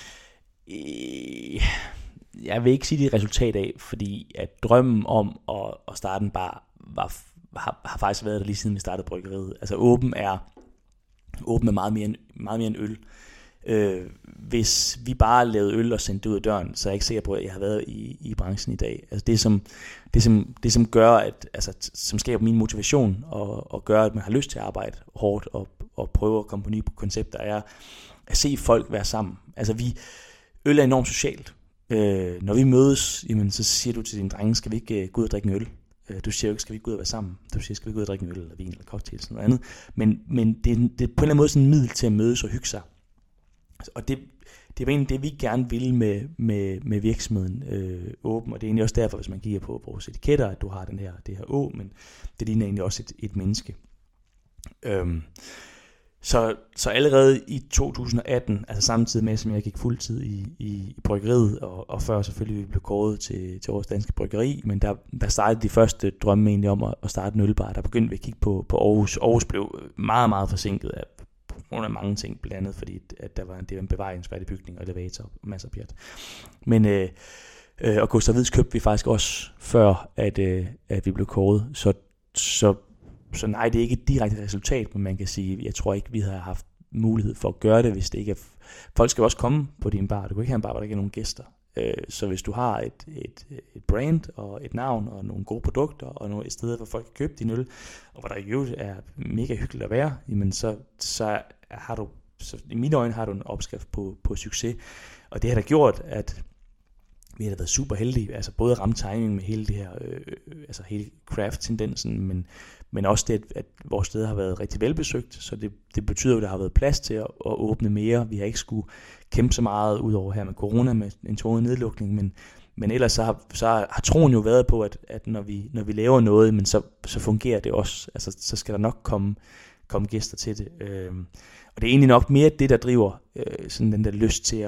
Jeg vil ikke sige, det er et resultat af, fordi at drømmen om at starte en bar har faktisk været der lige siden vi startede bryggeriet. Altså åben er meget mere end øl. Hvis vi bare lavede øl og sendte det ud af døren, så er jeg ikke sikker på, at jeg har været i branchen i dag. Altså det som gør, som skaber min motivation og gør, at man har lyst til at arbejde hårdt og prøve at komme på nye koncepter, er at se folk være sammen. Altså øl er enormt socialt. Når vi mødes, jamen, så siger du til dine drenge, skal vi ikke gå ud og drikke en øl? Du siger jo ikke, skal vi gå ud og være sammen? Du siger, skal vi gå ud og drikke en øl, eller vin, eller cocktail, eller noget andet. Men det er på en eller anden måde sådan en middel til at mødes og hygge sig. Og det var egentlig det, vi gerne ville med virksomheden åben. Og det er egentlig også derfor, hvis man kigger på vores etiketter, at du har det her å, men det ligner egentlig også et menneske. Så allerede i 2018, altså samtidig med, som jeg gik fuldtid i bryggeriet, og før selvfølgelig vi blev kåret til Årets Danske Bryggeri, men der startede de første drømme egentlig om at starte en ølbar. Der begyndte vi at kigge på Aarhus. Aarhus blev meget, meget forsinket på grund af mange ting, blandt andet fordi at det var en bevaringsværdig bygning og elevator og masser af pjat. Men og Gustav Wieds købte vi faktisk også før, at vi blev kåret. Så nej, det er ikke et direkte resultat, men man kan sige, jeg tror ikke, vi havde haft mulighed for at gøre det, hvis det ikke er. Folk skal også komme på din bar. Du kan ikke have en bar, hvor der ikke er nogen gæster. Så hvis du har et brand og et navn og nogle gode produkter og et sted, hvor folk kan købe din øl, og hvor der jo er mega hyggeligt at være, jamen så har du, så i mine øjne har du en opskrift på succes. Og det har da gjort, vi har da været super heldige, altså både at ramme timing med hele det her, altså hele craft-tendensen, men også det, at vores sted har været rigtig velbesøgt, så det betyder jo, at der har været plads til at åbne mere. Vi har ikke skulle kæmpe så meget ud over her med corona, med en tvunget nedlukning, men ellers så har troen jo været på, at når vi laver noget, men så fungerer det også. Altså, så skal der nok komme gæster til det. Og det er egentlig nok mere det, der driver sådan den der lyst til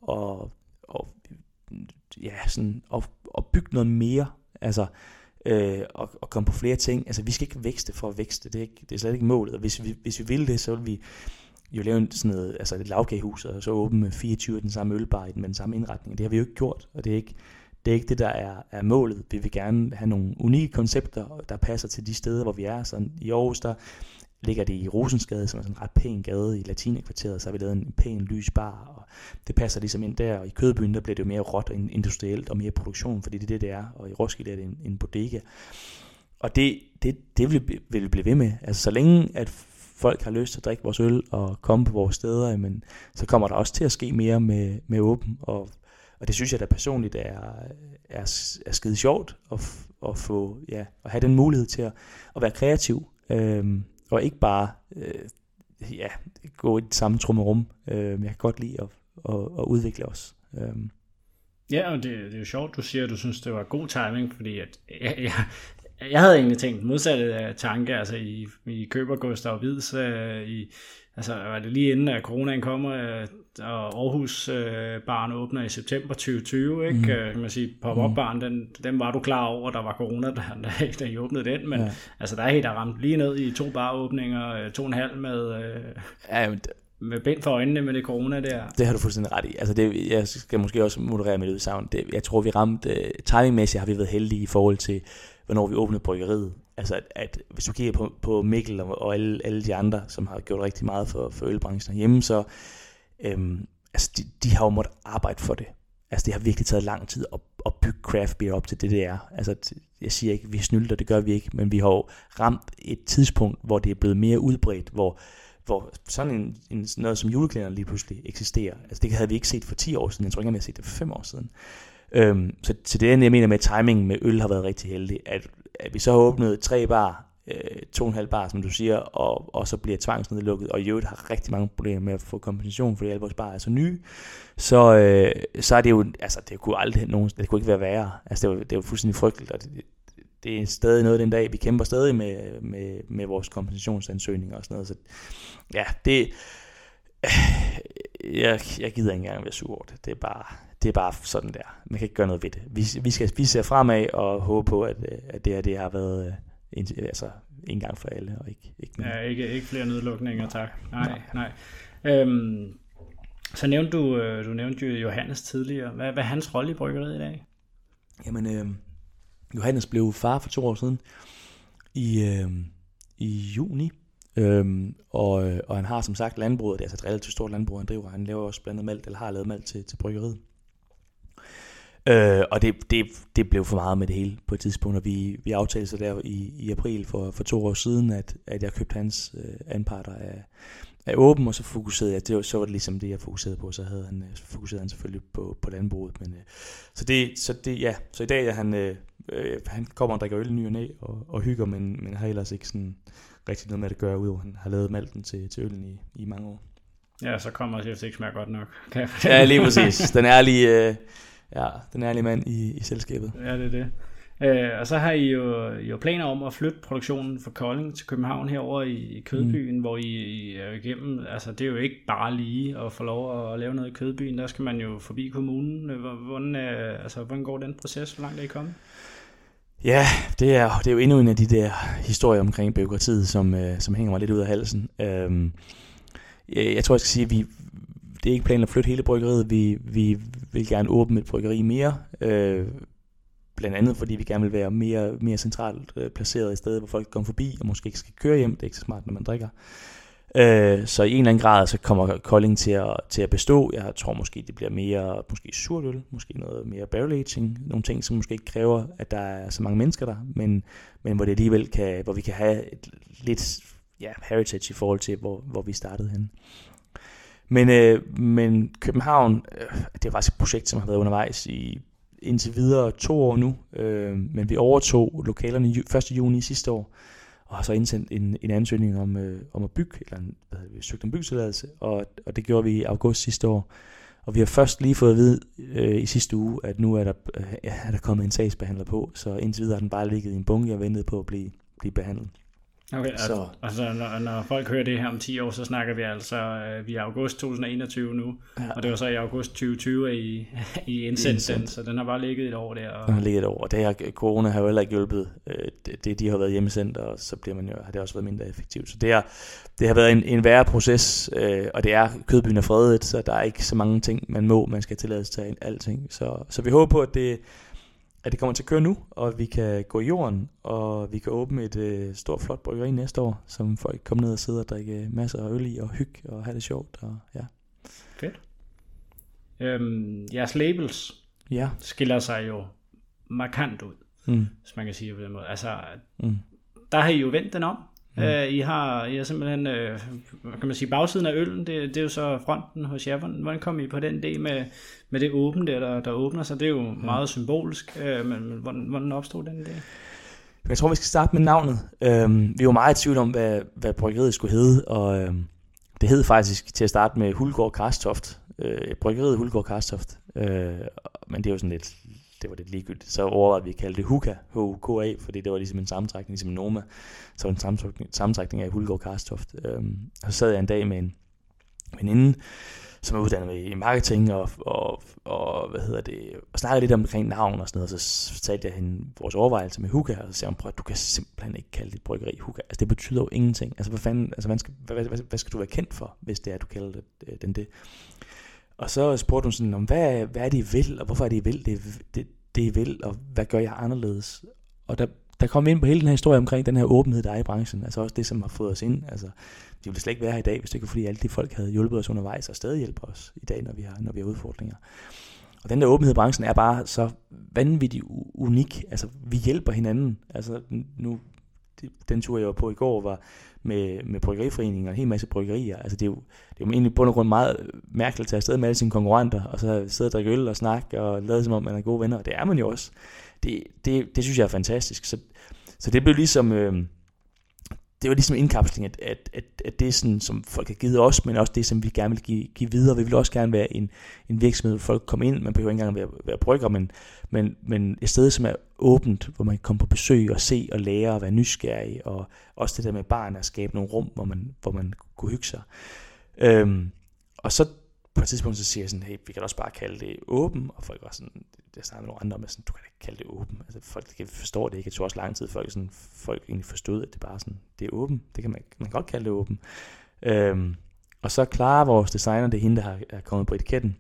at bygge noget mere, altså og komme på flere ting. Altså vi skal ikke vækste for at vækste, det er slet ikke målet. Og hvis vi vil det, så vil vi jo lave sådan noget, altså et lavkagehus, og så åbne med 24 den samme ølbar med den samme indretning. Det har vi jo ikke gjort, og det er ikke det, der er målet. Vi vil gerne have nogle unikke koncepter, der passer til de steder, hvor vi er. Så i Aarhus, der ligger det i Rosensgade, som er sådan en ret pæn gade i Latinakvarteret, så har vi lavet en pæn lys bar, og det passer ligesom ind der. Og i Kødbyen, der bliver det jo mere råt og industrielt og mere produktion, fordi det er det er, og i Roskilde er det en bodega. Og det vil vi blive ved med. Altså så længe at folk har lyst til at drikke vores øl og komme på vores steder, men så kommer der også til at ske mere med åben, og det synes jeg da personligt er skide sjovt at få, ja, at have den mulighed til at være kreativ, og ikke bare gå i det samme trummerum. Jeg kan godt lide at udvikle os. Ja, og det er jo sjovt, du siger, at du synes, det var god timing, fordi at jeg havde egentlig tænkt modsatte af tanke, altså I køber Gustav Wieds, altså var det lige inden at coronaen kommer, og Aarhus baren åbner i september 2020, ikke? Kan man sige, pop-up baren, den var du klar over, der var corona, da I åbnede den, men altså der er helt der ramt lige ned i 2 baråbninger, 2,5 med bind for øjnene med det corona der. Det har du fuldstændig ret i. Altså jeg skal måske også moderere mit udsagn. Jeg tror, vi ramte timingmæssigt, har vi været heldige i forhold til, hvornår vi åbnede bryggeriet. Altså at hvis du kigger på Mikkel og alle de andre, som har gjort rigtig meget for ølbranchen hjemme, så altså de har jo måttet arbejde for det. Altså det har virkelig taget lang tid at bygge craft beer op til det er. Altså jeg siger ikke, vi snylter, det gør vi ikke, men vi har jo ramt et tidspunkt, hvor det er blevet mere udbredt, hvor sådan noget som juleklæderne lige pludselig eksisterer. Altså det havde vi ikke set for 10 år siden, jeg tror ikke, vi har set det for 5 år siden. Så det jeg mener med timing med øl har været rigtig heldig, at vi så har åbnet 3 bar, 2,5 bar, som du siger, og så bliver tvangsnedlukket, og i øvrigt har rigtig mange problemer med at få kompensation, fordi alle vores bar er så nye, så er det jo, altså det kunne aldrig det kunne ikke være værre, altså det er jo fuldstændig frygteligt, og det er stadig noget den dag, vi kæmper stadig med vores kompensationsansøgninger og sådan noget, så ja, jeg gider ikke engang være sur over det, det er bare sådan der, man kan ikke gøre noget ved det, vi ser fremad og håber på, at det har været en gang for alle, og ikke mere. Ja, ikke flere nedlukninger, tak. Nej. Så nævnte du nævnte jo Johannes tidligere. Hvad er hans rolle i bryggeriet i dag? Jamen, Johannes blev far for 2 år siden i juni, og han har som sagt landbruget, det er altså et relativt stort landbrug, han driver. Han laver også blandet malt, eller har lavet malt til bryggeriet. Og det blev for meget med det hele på et tidspunkt, og vi aftalte så der i april for 2 år siden, at jeg købte hans anparter af åben, og så fokuserede jeg, så var det ligesom det, jeg fokuserede på, så fokuserede han selvfølgelig på landbruget, men så i dag er han kommer og drikker øl i ny og næ og hygger, men har ellers ikke sådan rigtig noget med at gøre, udover han har lavet malten til øllen i mange år. Ja, så kommer det ikke smager godt nok. Ja, lige præcis. Den ærlige mand i selskabet. Ja, det er det. Og så har I jo planer om at flytte produktionen fra Kolding til København herover i Kødbyen, hvor I er igennem. Altså det er jo ikke bare lige at få lov at lave noget i Kødbyen. Der skal man jo forbi kommunen. Hvordan går den proces? Hvor langt er I kommet? Ja, det er jo endnu en af de der historier omkring bureaukratiet, som hænger mig lidt ud af halsen. Jeg tror, jeg skal sige, at det er ikke planen at flytte hele bryggeriet. Vi vil gerne åbne et bryggeri mere. Blandt andet, fordi vi gerne vil være mere centralt placeret i stedet, hvor folk kommer forbi og måske ikke skal køre hjem. Det er ikke så smart, når man drikker. Så i en eller anden grad, så kommer Kolding til at bestå. Jeg tror måske, det bliver mere surt øl, måske noget mere barrel aging. Nogle ting, som måske ikke kræver, at der er så mange mennesker der, men hvor det alligevel hvor vi kan have et lidt heritage i forhold til, hvor vi startede henne. Men København, det var faktisk et projekt, som har været undervejs i indtil videre 2 år nu, men vi overtog lokalerne 1. juni sidste år, og har så indsendt en ansøgning om at bygge, eller vi søgte en byggetilladelse, og det gjorde vi i august sidste år. Og vi har først lige fået at vide i sidste uge, at nu er der kommet en sagsbehandler på, så indtil videre har den bare ligget i en bunke og ventet på at blive behandlet. Okay, altså når folk hører det her om 10 år, så snakker vi altså, vi er august 2021 nu, og det var så i august 2020, I indsendte den, så den har bare ligget et år der. Og... Den har ligget et år, og det her corona har jo heller ikke hjulpet. De har været hjemmesendt, og så har det også været mindre effektivt. Så det har været en værre proces, og det er kødbyen er fredet, så der er ikke så mange ting, man skal tillades til alting. Så vi håber på, at det kommer til at køre nu, og vi kan gå i jorden, og vi kan åbne et stort, flot bryggeri næste år, som folk kommer ned og sidder og drikke masser af øl i, og hygge og have det sjovt. Og, ja. Fedt. Jeres labels skiller sig jo markant ud, hvis man kan sige det på den måde. Altså, der har I jo vendt den om. I har simpelthen, kan man sige, bagsiden af øllen, det er jo så fronten hos jer. Hvordan kom I på den del med det åben der åbner sig? Det er jo meget symbolisk, men hvordan opstod den del? Jeg tror, vi skal starte med navnet. Vi var meget i tvivl om, hvad bryggeriet skulle hedde, og det hed faktisk til at starte med Hulgård Karstoft. Bryggeriet Hulgård Karstoft, men det er jo sådan lidt... Det var lidt ligegyldigt. Så overvejede vi at kalde det Huka, H-U-K-A, fordi det var ligesom en sammentrækning, ligesom Noma. Så var en sammentrækning af Hulgård Karstoft. Og så sad jeg en dag med en veninde, som er uddannet i marketing, og snakkede lidt omkring navn og sådan noget, og så fortalte jeg hende vores overvejelse med Huka, og så sagde hun, prøv, du kan simpelthen ikke kalde dit bryggeri Huka. Altså det betyder jo ingenting. Altså hvad skal du være kendt for, hvis det er, du kalder det? Og så spurgte hun sådan, hvad er det, I vil, og hvorfor er det, I vil det I vil, og hvad gør jeg anderledes? Og der kom vi ind på hele den her historie omkring den her åbenhed, der er i branchen, altså også det, som har fået os ind. Altså, vi ville slet ikke være her i dag, hvis det ikke var, fordi alle de folk havde hjulpet os undervejs, og stadig hjælper os i dag, når vi har udfordringer. Og den der åbenhed i branchen er bare så vanvittigt unik. Altså, vi hjælper hinanden. Altså, nu, den tur, jeg var på i går, var med bryggeriforeningen og en hel masse bryggerier. Altså, det er jo egentlig på grund meget mærkeligt at tage afsted med alle sine konkurrenter, og så sidde og drikke øl og snakke, og lade som om, man er gode venner. Og det er man jo også. Det synes jeg er fantastisk. Så det blev ligesom... det var ligesom en indkapsling, at det er sådan, som folk har givet os, men også det, som vi gerne vil give videre. Vi vil også gerne være en virksomhed, hvor folk kommer ind. Man behøver ikke engang være brygger, men et sted, som er åbent, hvor man kan komme på besøg og se og lære og være nysgerrig. Og også det der med barn at skabe nogle rum, hvor man kunne hygge sig. Og så på et tidspunkt, så siger jeg sådan, hey, vi kan også bare kalde det åben. Og folk var sådan, der snakker nogle andre om, sådan, du kan ikke kalde det åben. Altså folk forstår det ikke. Jeg tror også lang tid, folk egentlig forstod, at det bare sådan, det er åben. Det kan man kan godt kalde det åben. Og så klarer vores designer, det er hende, der er kommet på etiketten.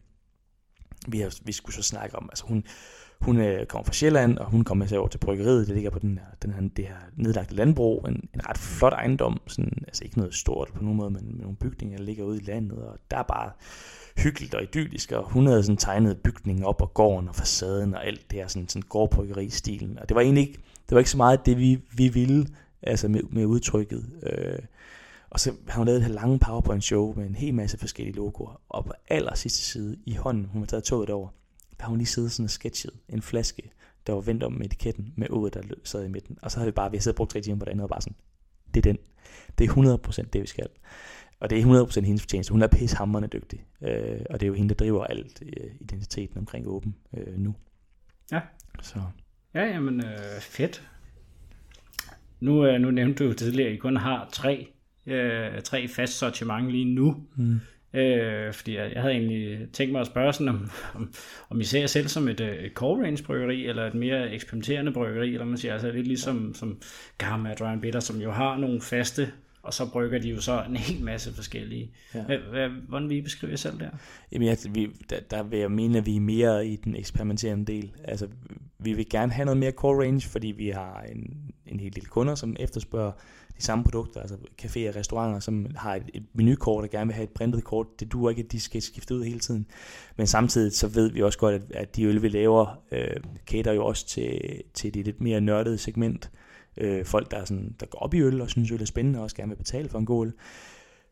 Vi skulle så snakke om, altså hun kommer fra Sjælland, og hun kommer med sig over til bryggeriet. Det ligger på det her nedlagte landbrug. En ret flot ejendom. Sådan, altså ikke noget stort på nogen måde, men med nogle bygninger, der ligger ude i landet. Og der er bare hyggeligt og idyllisk. Og hun havde sådan tegnet bygningen op, og gården og facaden og alt det her sådan gårdbryggeri-stilen. Og det var egentlig ikke så meget det, vi ville, altså med udtrykket. Og så har hun lavet det her lange PowerPoint-show med en hel masse forskellige logoer. Og på aller sidste side i hånden, hun har taget toget over, der har hun lige siddet sådan og sketchet en flaske, der var vendt om med etiketten, med ået, der sad i midten. Og så har vi siddet og brugt 3 timer på det andet, og bare sådan, det er den. Det er 100% det, vi skal. Og det er 100% hendes fortjeneste. Hun er pishamrende dygtig. Og det er jo hende, der driver alt identiteten omkring åben nu. Ja. Så. Ja, jamen fedt. Nu nævnte du tidligere, at I kun har 3 fast sortiment lige nu. Fordi jeg havde egentlig tænkt mig at spørge sådan, om I ser jer selv som et core range bryggeri, eller et mere eksperimenterende bryggeri, eller man siger, altså lidt ligesom som Gamma, Dry & Bitter, som jo har nogle faste, og så brygger de jo så en hel masse forskellige. Ja. Hvordan vil I beskrive jer selv der? Jamen, der vil jeg mene, at vi er mere i den eksperimenterende del. Altså, vi vil gerne have noget mere core range, fordi vi har en hel del kunder, som efterspørger de samme produkter, altså caféer og restauranter, som har et menukort og gerne vil have et printet kort. Det duer ikke, at de skal skifte ud hele tiden. Men samtidig så ved vi også godt, at de øl, vi laver, cater jo også til det lidt mere nørdede segment. Folk, der går op i øl og synes øl er spændende og også gerne vil betale for en god øl.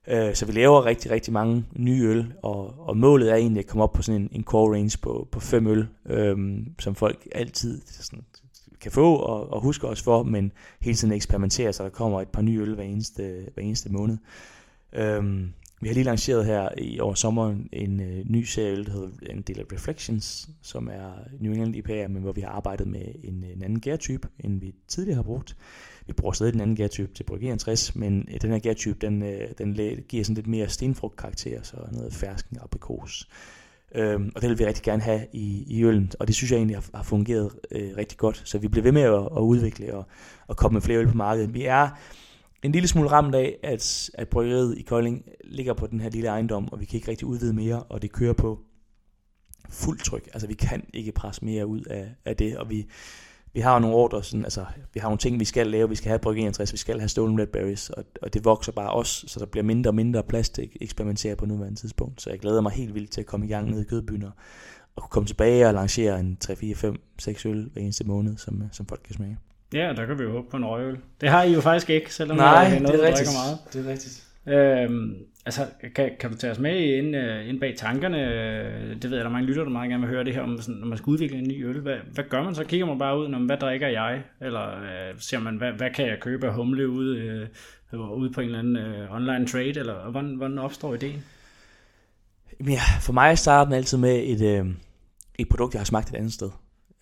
Så vi laver rigtig, rigtig mange nye øl, og målet er egentlig at komme op på sådan en core range på 5 øl, som folk altid sådan kan få og huske os for, men hele tiden eksperimentere, så der kommer et par nye øl hver eneste måned. Vi har lige lanceret her over sommeren en ny serie øl, der hedder en del af Reflections, som er New England IPA, men hvor vi har arbejdet med en anden gærtype, end vi tidligere har brugt. Vi bruger stadig den anden gærtype til Brygge 61, men den her gærtype, den giver sådan lidt mere stenfrugtkarakter, så noget fersken og aprikos. Og det vil vi rigtig gerne have i øllen, og det synes jeg egentlig har fungeret rigtig godt. Så vi bliver ved med at udvikle og komme med flere øl på markedet. Vi er en lille smule ramt af, at bryggeriet i Kolding ligger på den her lille ejendom, og vi kan ikke rigtig udvide mere, og det kører på fuld tryk. Altså vi kan ikke presse mere ud af det, og vi har jo nogle ordre, sådan, altså vi har nogle ting, vi skal lave. Vi skal have Brygge 61, vi skal have Stolen Red Berries, og det vokser bare også, så der bliver mindre og mindre plads til at eksperimentere på nuværende tidspunkt. Så jeg glæder mig helt vildt til at komme i gang nede i Kødbyen og kunne komme tilbage og lancere en 3, 4, 5, 6 øl hver eneste måned, som folk kan smage. Ja, der kan vi jo håbe på en røgøl. Det har I jo faktisk ikke, selvom det er noget, der drikker meget. Det er rigtigt. Altså, kan du tage os med ind bag tankerne? Det ved jeg, der er mange lytter, der meget gerne vil høre det her, om sådan, når man skal udvikle en ny øl. Hvad gør man så? Kigger man bare ud, hvad drikker jeg? Eller ser man, hvad kan jeg købe af humle ude på en eller anden online trade? Eller hvordan opstår ideen? Ja, for mig starter den altid med et produkt, jeg har smagt et andet sted.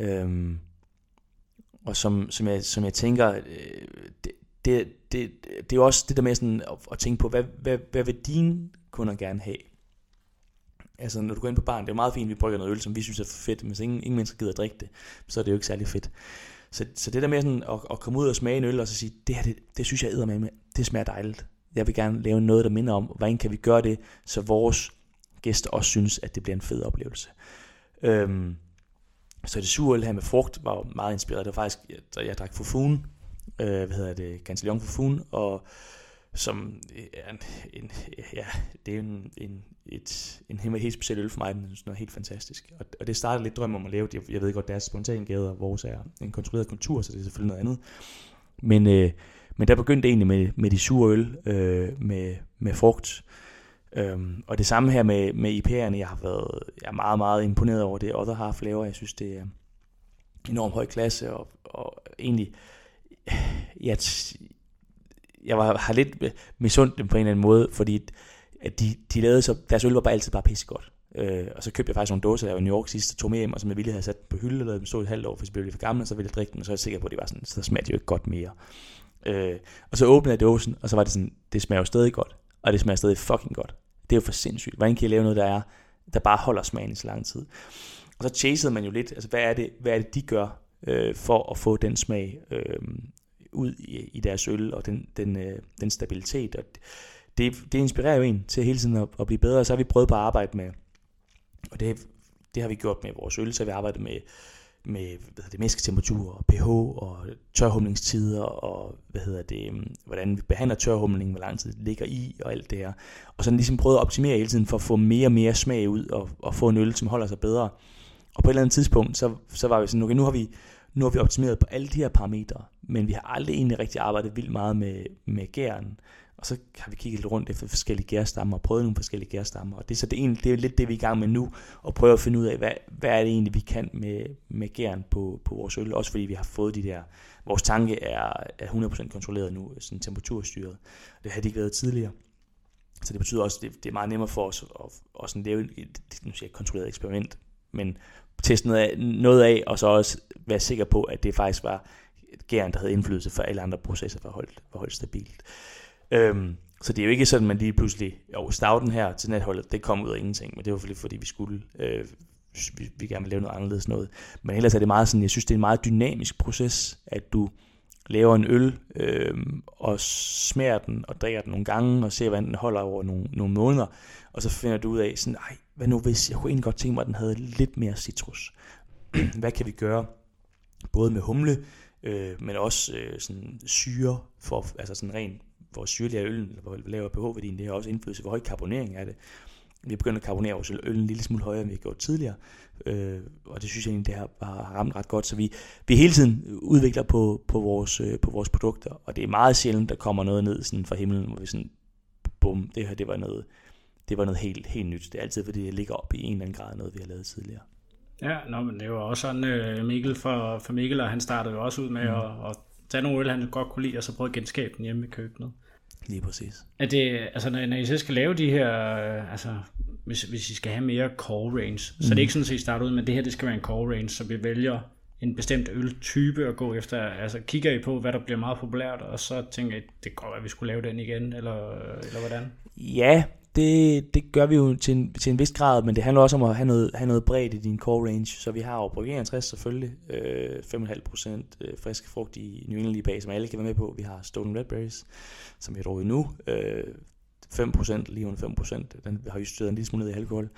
Og som jeg tænker, det er jo også det der med sådan at tænke på, hvad vil dine kunder gerne have? Altså når du går ind på baren, det er jo meget fint, vi brygger noget øl, som vi synes er fedt, men hvis ingen mennesker gider at drikke det, så er det jo ikke særlig fedt. Så det der med sådan at komme ud og smage en øl, og så sige, det her, det synes jeg eddermame, det smager dejligt. Jeg vil gerne lave noget, der minder om, hvordan kan vi gøre det, så vores gæster også synes, at det bliver en fed oplevelse. Så det sure øl her med frugt var jo meget inspireret. Det var faktisk, jeg drak Fufun, Cantillon Fufun, og som det er en helt speciel øl for mig. Den er noget helt fantastisk. Og det startede lidt drøm om at lave det. Jeg ved godt, deres spontangade og vores er en kontrolleret kultur, så det er selvfølgelig noget andet. Men der begyndte egentlig med de sure øl med frugt. Og det samme her med IPA'erne. Jeg er meget, meget imponeret over det Other Half laver. Jeg synes, det er enormt høj klasse, og egentlig jeg har lidt misundt dem på en eller anden måde, fordi at de lavede så, deres øl var bare altid bare pissegodt. Og så købte jeg faktisk nogle dåser, der var i New York sidst, og tog med hjem, og som jeg ville have sat på hylde, eller dem stod et halvt år, hvis jeg blev lidt for gammel, og så ville jeg drikke den, og så er jeg sikker på, at det var sådan, så smagte det jo ikke godt mere. Og så åbnede jeg dåsen, og så var det sådan, det smager jo stadig godt, og det smager stadig fucking godt. Det er jo for sindssygt. Hvordan kan jeg lave noget, der bare holder smagen i så lang tid? Og så chasede man jo lidt, altså hvad er det de gør for at få den smag ud i deres øl, og den stabilitet, og det inspirerer jo en til hele tiden at blive bedre, og så har vi prøvet på at arbejde med, og det har vi gjort med vores øl, så har vi arbejdet med mælketemperatur, og pH, og tørhumlingstider, og hvordan vi behandler tørhumlingen, hvor lang tid det ligger i, og alt det her. Og så ligesom prøvet at optimere hele tiden, for at få mere og mere smag ud, og få en øl, som holder sig bedre. Og på et eller andet tidspunkt, så var vi sådan, okay, nu har vi optimeret på alle de her parametre, men vi har aldrig egentlig rigtig arbejdet vildt meget med gæren. Og så har vi kigget lidt rundt efter forskellige gærstammer og prøvet nogle forskellige gærstammer. Og det er lidt det, vi er i gang med nu, og prøve at finde ud af, hvad er det egentlig, vi kan med gæren på vores øl. Også fordi vi har fået de der, vores tanke er 100% kontrolleret nu, sådan temperaturstyret. Det har det ikke været tidligere. Så det betyder også, at det er meget nemmere for os at sådan lave et kontrolleret eksperiment. Men teste noget af, og så også være sikker på, at det faktisk var gæren, der havde indflydelse for alle andre processer, var holdt stabilt. Så det er jo ikke sådan, at man lige pludselig, stouten her til natholdet, det kom ud af ingenting, men det var fordi vi skulle, vi gerne vil lave noget anderledes noget. Men ellers er det meget sådan, jeg synes, det er en meget dynamisk proces, at du laver en øl, og smager den, og drikker den nogle gange, og ser, hvordan den holder over nogle måneder, og så finder du ud af, sådan, hvad nu hvis, jeg kunne egentlig godt tænke mig, at den havde lidt mere citrus. Hvad kan vi gøre, både med humle, men også sådan syre, altså sådan ren, hvor syrlig er øllen, eller hvor laver pH-værdien, det har også indflydelse, hvor høj karbonering er det. Vi er begyndt at karbonere vores øl en lille smule højere, end vi har gjort tidligere, og det synes jeg egentlig, det har ramt ret godt, så vi hele tiden udvikler på vores produkter, og det er meget sjældent, der kommer noget ned sådan fra himlen, hvor vi sådan bum, det her, det var noget helt nyt. Det er altid, fordi det ligger op i en eller anden grad noget, vi har lavet tidligere. Ja, men det var også sådan, Mikkel for Mikkel, og han startede jo også ud med at tage nogle øl, han godt kunne lide, og så prøve at genskabe den hjemme i køkkenet. Lige præcis. Er det, altså når I så skal lave de her, altså hvis I skal have mere core range, så det er ikke sådan, at I starter ud med, det her det skal være en core range, så vi vælger en bestemt øltype at gå efter, altså kigger I på, hvad der bliver meget populært, og så tænker I, det går at vi skulle lave den igen, eller hvordan? Ja, det gør vi jo til en vis grad, men det handler også om at have noget bredt i din core range, så vi har jo Bryggerierne 60 selvfølgelig, 5,5% frisk frugt i New England IPA, som alle kan være med på. Vi har Stolen Red Berries, som vi har drukket nu, 5%, lige under 5%, den har justeret en lille smule ned i alkohol.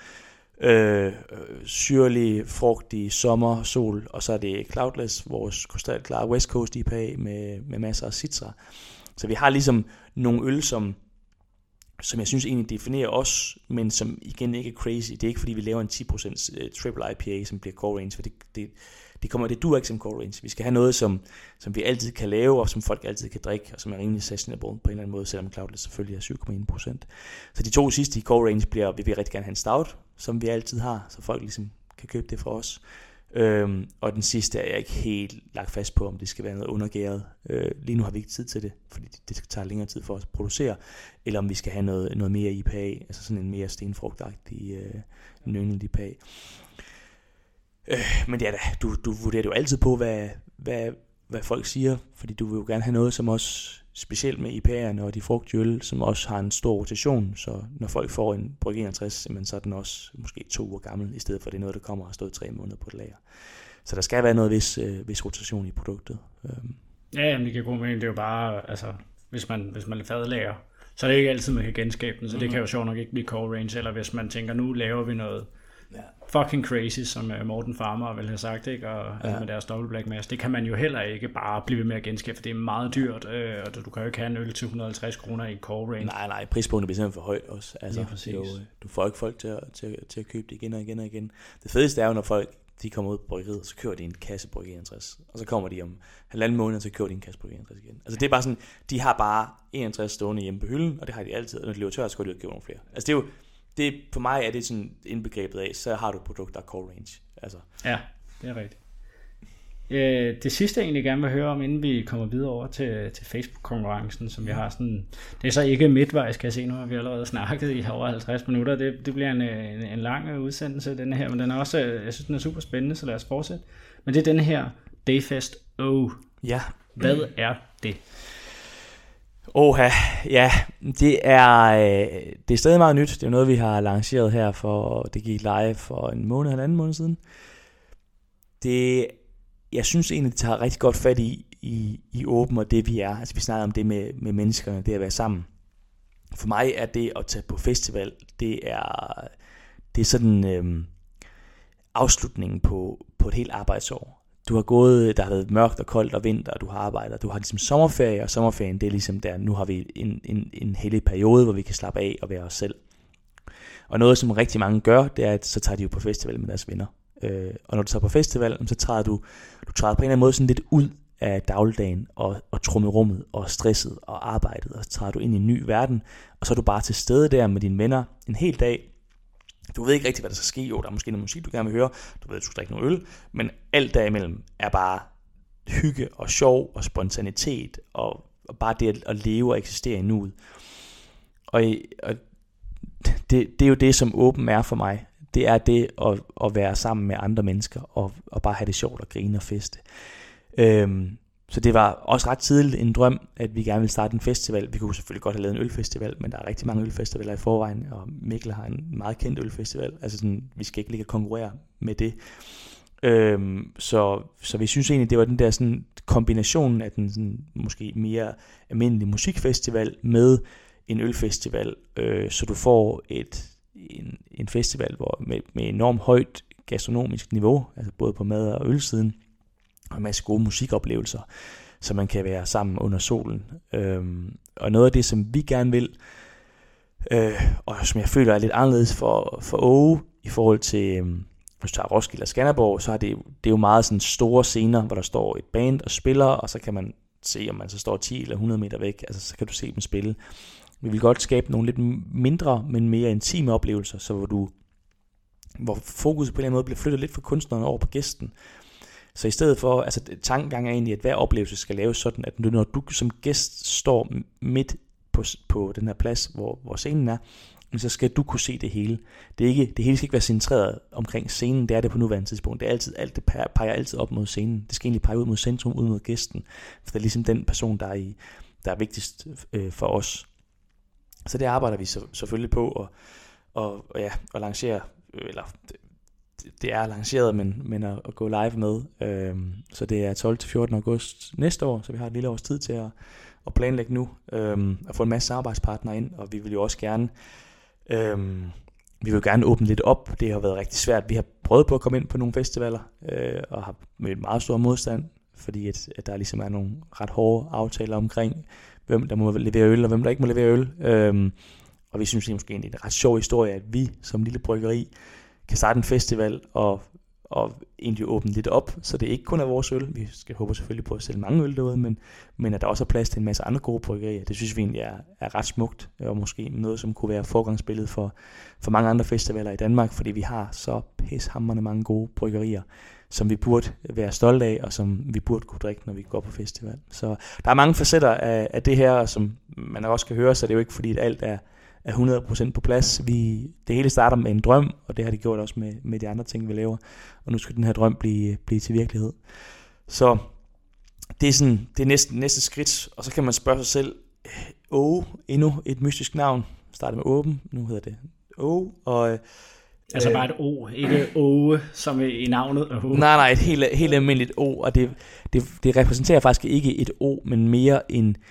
Syrlig, frugtig, sommer, sol, og så er det Cloudless, vores krystalklare West Coast IPA med masser af citra. Så vi har ligesom nogle øl, som jeg synes egentlig definerer os, men som igen ikke er crazy. Det er ikke fordi vi laver en 10% triple IPA, som bliver core range, for det duer ikke som core range. Vi skal have noget, som vi altid kan lave, og som folk altid kan drikke, og som er rimelig sessionable på en eller anden måde, selvom Cloudless selvfølgelig er 7,1%. Så de to sidste i core range vi vil rigtig gerne have en stout, som vi altid har, så folk ligesom kan købe det fra os. Og den sidste er jeg ikke helt lagt fast på, om det skal være noget undergæret. Lige nu har vi ikke tid til det, fordi det tager længere tid for os at producere, eller om vi skal have noget mere IPA, altså sådan en mere stenfrugtagtig New England IPA. Men ja, du vurderer jo altid på, hvad folk siger, fordi du vil jo gerne have noget, som også specielt med IPA'erne og de frugtige øl, som også har en stor rotation, så når folk får en Bryggerierne 60, så er den også måske 2 år gammel, i stedet for det er noget, der kommer og har stået 3 måneder på et lager. Så der skal være noget vis rotation i produktet. Ja, men det kan gå med, det er jo bare, altså, hvis man er fadlager, så er det ikke altid, man kan genskabe den, så det kan jo sjovt nok ikke blive core range, eller hvis man tænker, nu laver vi noget fucking crazy, som Morten Farmer vil have sagt, ikke? Og med deres double black mass, det kan man jo heller ikke bare blive ved med at genskabe, for det er meget dyrt, og du kan jo ikke have en øl til 150 kroner i core range. Nej, prispunktet bliver simpelthen for højt også. Altså, du får ikke folk til at købe det igen og igen og igen. Det fedeste er jo, når folk de kommer ud på bryggeriet, så kører de en kasse Bryggerierne 60, og så kommer de om 1,5 måned, så kører de en kasse Bryggerierne 60 igen. Altså det er bare sådan, de har bare 61 stående hjemme på hylden, og det har de altid, og når de løber tør, så går de ud og køber nogle flere. Altså for mig er det sådan indbegrebet af, så har du et produkt, der er core range. Altså. Ja, det er rigtigt. Det sidste jeg egentlig gerne vil høre om, inden vi kommer videre over til Facebook-konkurrencen, som vi har sådan, det er så ikke midtvejs, kan jeg se nu, har vi allerede snakket i over 50 minutter, det bliver en lang udsendelse, den her, men den er også, jeg synes den er super spændende, så lad os fortsætte. Men det er den her Dayfest O. Ja. Hvad er det? Ja, det er stadig meget nyt. Det er noget, vi har lanceret her, det gik live for 1,5 måned siden. Jeg synes egentlig, det tager rigtig godt fat i åben og det vi er. Altså vi snakker om det med menneskerne, det at være sammen. For mig er det at tage på festival, det er sådan afslutningen på et helt arbejdsår. Du har gået, der har været mørkt og koldt og vinter, og du har arbejdet, du har ligesom sommerferie, og sommerferien det er ligesom der, nu har vi en hellig periode, hvor vi kan slappe af og være os selv. Og noget, som rigtig mange gør, det er, at så tager de jo på festival med deres venner. Og når du tager på festival, så træder du træder på en eller anden måde sådan lidt ud af dagligdagen og trummerummet og stresset og arbejdet, og så træder du ind i en ny verden, og så er du bare til stede der med dine venner en hel dag. Du ved ikke rigtig, hvad der skal ske. Jo, der er måske noget musik, du gerne vil høre. Du ved, du skal drikke noget øl. Men alt derimellem er bare hygge og sjov og spontanitet og bare det at leve og eksistere i nuet. Og det er jo det, som åben er for mig. Det er det at være sammen med andre mennesker og bare have det sjovt og grine og feste. Så det var også ret tidligt en drøm, at vi gerne ville starte en festival. Vi kunne selvfølgelig godt have lavet en ølfestival, men der er rigtig mange ølfestivaler i forvejen, og Mikkel har en meget kendt ølfestival. Altså sådan, vi skal ikke ligge og konkurrere med det. Så vi synes egentlig, det var den der sådan kombination af den sådan, måske mere almindelige musikfestival med en ølfestival, så du får en festival med enormt højt gastronomisk niveau, altså både på mad- og ølsiden, og en masse gode musikoplevelser, så man kan være sammen under solen. Og noget af det, som vi gerne vil, og som jeg føler er lidt anderledes for Åge, i forhold til, hvis du tager Roskilde og Skanderborg, så er det er jo meget sådan store scener, hvor der står et band og spiller, og så kan man se, om man så står 10 eller 100 meter væk, altså så kan du se dem spille. Vi vil godt skabe nogle lidt mindre, men mere intime oplevelser, så hvor fokuset på en eller anden måde bliver flyttet lidt fra kunstneren over på gæsten. Så i stedet for, altså tankegang er egentlig, at hver oplevelse skal laves sådan, at når du som gæst står midt på den her plads, hvor scenen er, så skal du kunne se det hele. Det hele skal ikke være centreret omkring scenen, det er det på nuværende tidspunkt. Det peger altid op mod scenen. Det skal egentlig pege ud mod centrum, ud mod gæsten, for det er ligesom den person, der er vigtigst for os. Så det arbejder vi selvfølgelig på at lancere, eller det er lanceret, men at gå live med. Så det er 12. til 14. august næste år, så vi har et lille års tid til at planlægge nu, og få en masse samarbejdspartnere ind, og vi vil jo også gerne åbne lidt op. Det har været rigtig svært. Vi har prøvet på at komme ind på nogle festivaler, og har mødt meget stor modstand, fordi at der ligesom er nogle ret hårde aftaler omkring, hvem der må levere øl, og hvem der ikke må levere øl. Og vi synes det er måske en ret sjov historie, at vi som lille bryggeri kan starte en festival og egentlig åbne lidt op, så det ikke kun er vores øl. Vi skal håbe selvfølgelig på at sælge mange øl derude, men at der også er plads til en masse andre gode bryggerier. Det synes vi egentlig er ret smukt, og måske noget, som kunne være forgangsbilledet for mange andre festivaler i Danmark, fordi vi har så pishamrende mange gode bryggerier, som vi burde være stolte af, og som vi burde kunne drikke, når vi går på festival. Så der er mange facetter af det her, som man også kan høre, så det er jo ikke fordi, at alt er 100% på plads. Det hele starter med en drøm, og det har det gjort også med de andre ting, vi laver. Og nu skal den her drøm blive til virkelighed. Så det er næste skridt, og så kan man spørge sig selv, endnu et mystisk navn. Starter med åben, nu hedder det og altså bare et O, ikke Åge, som i navnet. Nej, et helt almindeligt O, og det repræsenterer faktisk ikke et O, men mere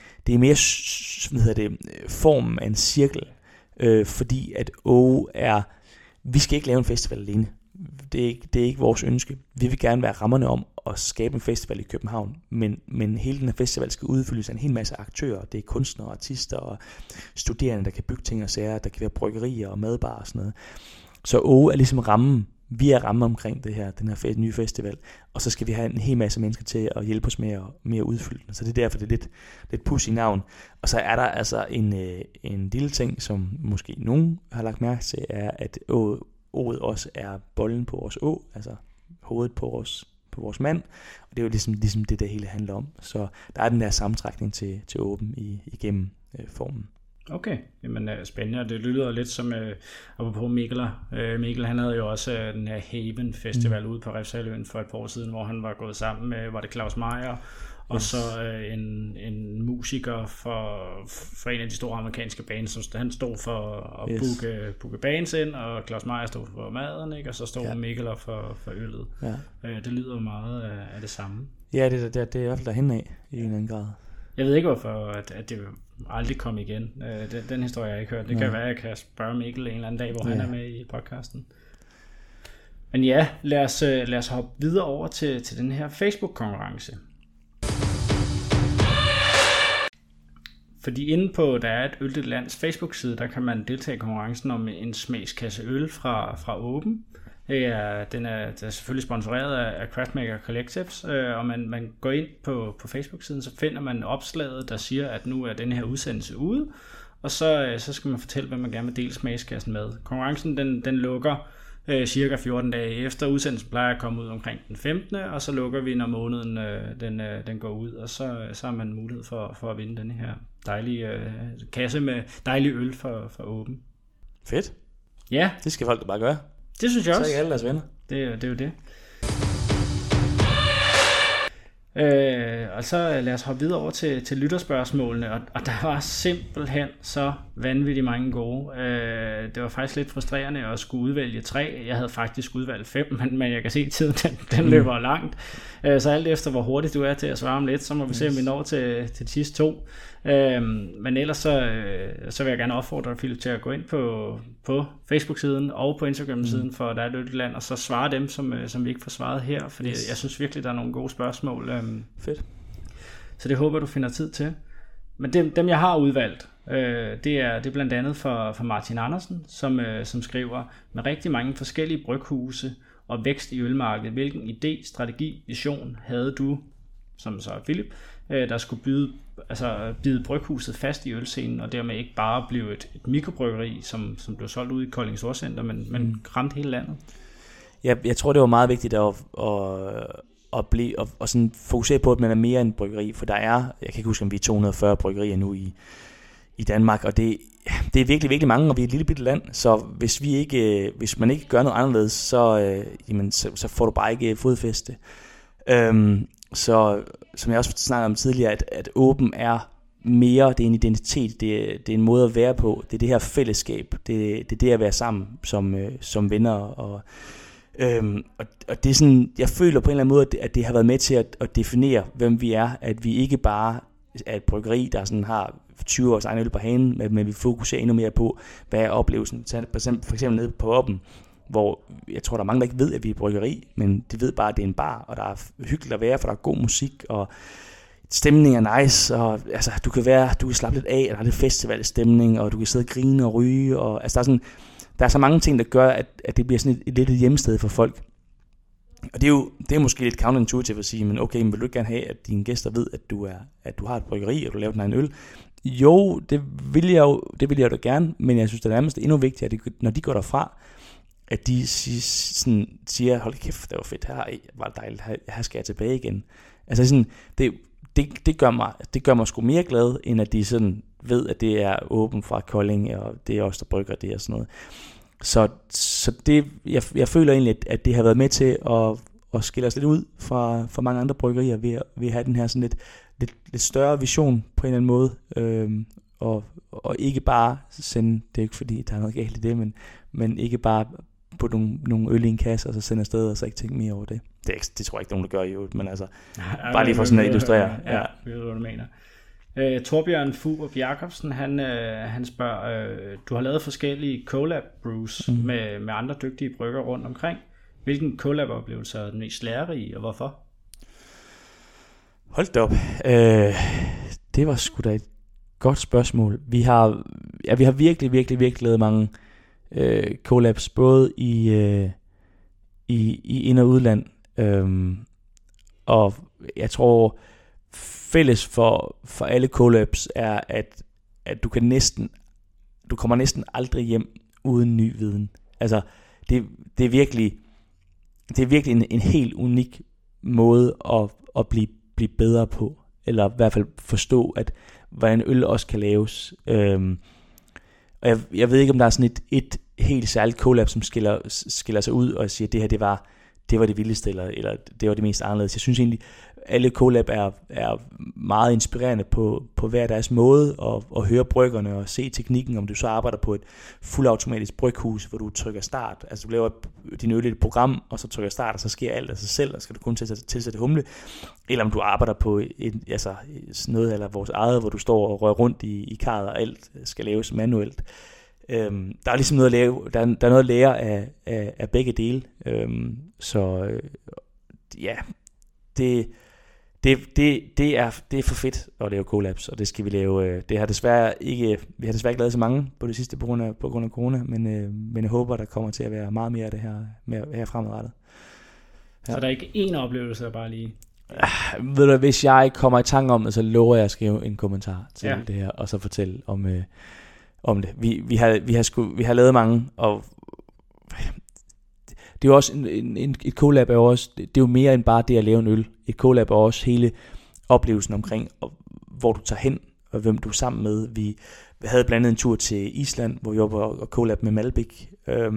formen af en cirkel, fordi at vi skal ikke lave en festival alene. Det er ikke vores ønske. Vi vil gerne være rammerne om at skabe en festival i København, men hele den her festival skal udfyldes af en hel masse aktører. Det er kunstnere, artister og studerende, der kan bygge ting og sager, der kan være bryggerier og madbar og sådan noget. Så er ligesom rammen. Vi er rammen omkring den her nye festival, og så skal vi have en hel masse mennesker til at hjælpe os med at udfylde den. Så det er derfor, det er lidt pudsigt navn. Og så er der altså en lille ting, som måske nogen har lagt mærke til, er, at O'et også er bollen på vores Å, altså hovedet på vores mand. Og det er jo ligesom det hele handler om. Så der er den der sammentrækning til åben igennem formen. Okay, jamen spændende, det lyder lidt som apropos Mikkel. Mikkel, han havde jo også den her Haven Festival ude på Refshaleøen for et par år siden, hvor han var gået sammen med, var det Claus Meyer, og så en musiker for en af de store amerikanske bands, som han stod for at booke bands ind, og Claus Meyer stod for maden, ikke? Og så stod Mikkel for øllet. Ja. Det lyder jo meget af det samme. Ja, det er i hvert fald derhen af i en eller anden grad. Jeg ved ikke hvorfor, at det aldrig kom igen. Den historie har jeg ikke hørt. Det kan være, at jeg kan spørge Mikkel en eller anden dag, hvor han er med i podcasten. Men ja, lad os hoppe videre over til den her Facebook-konkurrence. Fordi inde på Der er et Øl, dit lands Facebook-side, der kan man deltage i konkurrencen om en smagskasse øl fra Åben. Den er selvfølgelig sponsoreret af Craftmaker Collectives, og man går ind på Facebook-siden, så finder man opslaget, der siger, at nu er den her udsendelse ude, og så skal man fortælle, hvad man gerne vil dele smagskassen med. Konkurrencen den lukker cirka 14 dage efter. Udsendelsen plejer at komme ud omkring den 15. og så lukker vi, når måneden den går ud, og så har man mulighed for at vinde den her dejlige kasse med dejlig øl for Åben. Fedt. Ja. Det skal folk da bare gøre. Det synes jeg også. Så er ikke alle deres venner. Det er jo det. Og så lad os hoppe videre over til lytterspørgsmålene, og der var simpelthen så vanvittigt mange gode. Det var faktisk lidt frustrerende at skulle udvælge 3. Jeg havde faktisk udvalgt 5, men jeg kan se, at tiden den løber langt. Så alt efter hvor hurtigt du er til at svare om lidt, så må vi se, om vi når til de sidste 2. Men ellers så vil jeg gerne opfordre dig, Philip, til at gå ind på Facebook-siden og på Instagram-siden for Der er et Øl, dit land, og så svare dem, som vi ikke får svaret her, fordi jeg synes virkelig, der er nogle gode spørgsmål. Fedt. Så det håber du finder tid til. Men dem jeg har udvalgt, det er blandt andet for Martin Andersen, som skriver: med rigtig mange forskellige bryghuse og vækst i ølmarkedet, hvilken idé, strategi, vision havde du som så er Philip, der skulle bide bryghuset fast i ølscenen, og dermed ikke bare blive et mikrobryggeri, som blev solgt ud i Kolding Storcenter, men ramte hele landet. Jeg tror, det var meget vigtigt at sådan fokusere på, at man er mere end bryggeri, for jeg kan ikke huske, om vi er 240 bryggerier nu i Danmark, og det er virkelig, virkelig mange, og vi er et lille bitte land, så hvis man ikke gør noget anderledes, så får du bare ikke fodfæste. Så som jeg også snakkede om tidligere, at Åben er mere, det er en identitet, det er en måde at være på, det er det her fællesskab, det er det at være sammen som venner, og det er sådan, jeg føler på en eller anden måde, at det har været med til at definere, hvem vi er, at vi ikke bare er et bryggeri, der sådan har 20 års egen øl på hanen, men vi fokuserer endnu mere på, hvad er oplevelsen. For eksempel nede på Åben, hvor jeg tror, der er mange, der ikke ved, at vi er bryggeri, men de ved bare, at det er en bar, og der er hyggeligt at være, for der er god musik, og stemningen er nice, og altså, du kan slappe lidt af, og der er lidt festivalstemning, og du kan sidde og grine og ryge, og altså, der er så mange ting, der gør, at det bliver sådan et lidt hjemsted for folk. Og det er måske lidt counterintuitive at sige, men okay, men vil du ikke gerne have, at dine gæster ved, at du har et bryggeri, og du laver den egen øl? Jo, det vil jeg da gerne, men jeg synes, det er nærmest endnu vigtigere, at når de går derfra, at de siger, hold kæft, det var fedt, her var det dejligt, her skal jeg tilbage igen. Altså sådan, det gør mig sgu mere glad, end at de sådan ved, at det er Åben fra Kolding, og det er os, der brygger det og sådan noget. Så det, jeg føler egentlig, at det har været med til at skille os lidt ud fra mange andre bryggerier, ved at have den her sådan lidt større vision på en eller anden måde, og ikke bare sende, det er ikke fordi, der er noget galt i det, men ikke bare på nogle øl i en kasse, og så sende afsted, og så ikke tænke mere over det. Det tror jeg ikke, nogen der gør i øvrigt, men altså, bare lige for sådan at illustrere. Ja, jeg ved, hvad du mener. Torbjørn Furup Jacobsen, han spørger, du har lavet forskellige collab brews med andre dygtige brygger rundt omkring. Hvilken collab-oplevelse er den mest lærerige, og hvorfor? Hold da op. Det var sgu da et godt spørgsmål. Vi har virkelig, virkelig, virkelig lavet mange collabs, både i ind- og udland. Og jeg tror, fælles for alle collabs er, at du kommer næsten aldrig hjem uden ny viden. Altså, det er virkelig en helt unik måde at blive bedre på, eller i hvert fald forstå, hvordan øl også kan laves. Og jeg ved ikke, om der er sådan et helt særligt collab, som skiller sig ud og siger, at det her, det var det vildeste, eller det var det mest anderledes. Jeg synes egentlig, alle collab er meget inspirerende på hver deres måde at høre bryggerne og se teknikken, om du så arbejder på et fuldautomatisk bryghus, hvor du trykker start. Altså du laver din øl i et program, og så trykker start, og så sker alt af sig selv, og skal du kun tilsætte humle. Eller om du arbejder på noget eller vores eget, hvor du står og rører rundt i karret, og alt skal laves manuelt. Der er ligesom noget at lave, der er noget at lære af begge dele. Det er for fedt at lave collabs, og det skal vi lave. Vi har desværre ikke lavet så mange på det sidste på grund af corona, men jeg håber, der kommer til at være meget mere af det her fremadrettet. Ja. Så der er ikke én oplevelse, der bare lige... Ved du, hvis jeg kommer i tanke om det, så lover jeg at skrive en kommentar til det her, og så fortælle om det. Vi har lavet mange, og det er jo også et collab er jo også, det er jo mere end bare det at lave en øl. Et collab er også hele oplevelsen omkring, hvor du tager hen, og hvem du er sammen med. Vi havde blandt andet en tur til Island, hvor vi var på collab med Malbæk,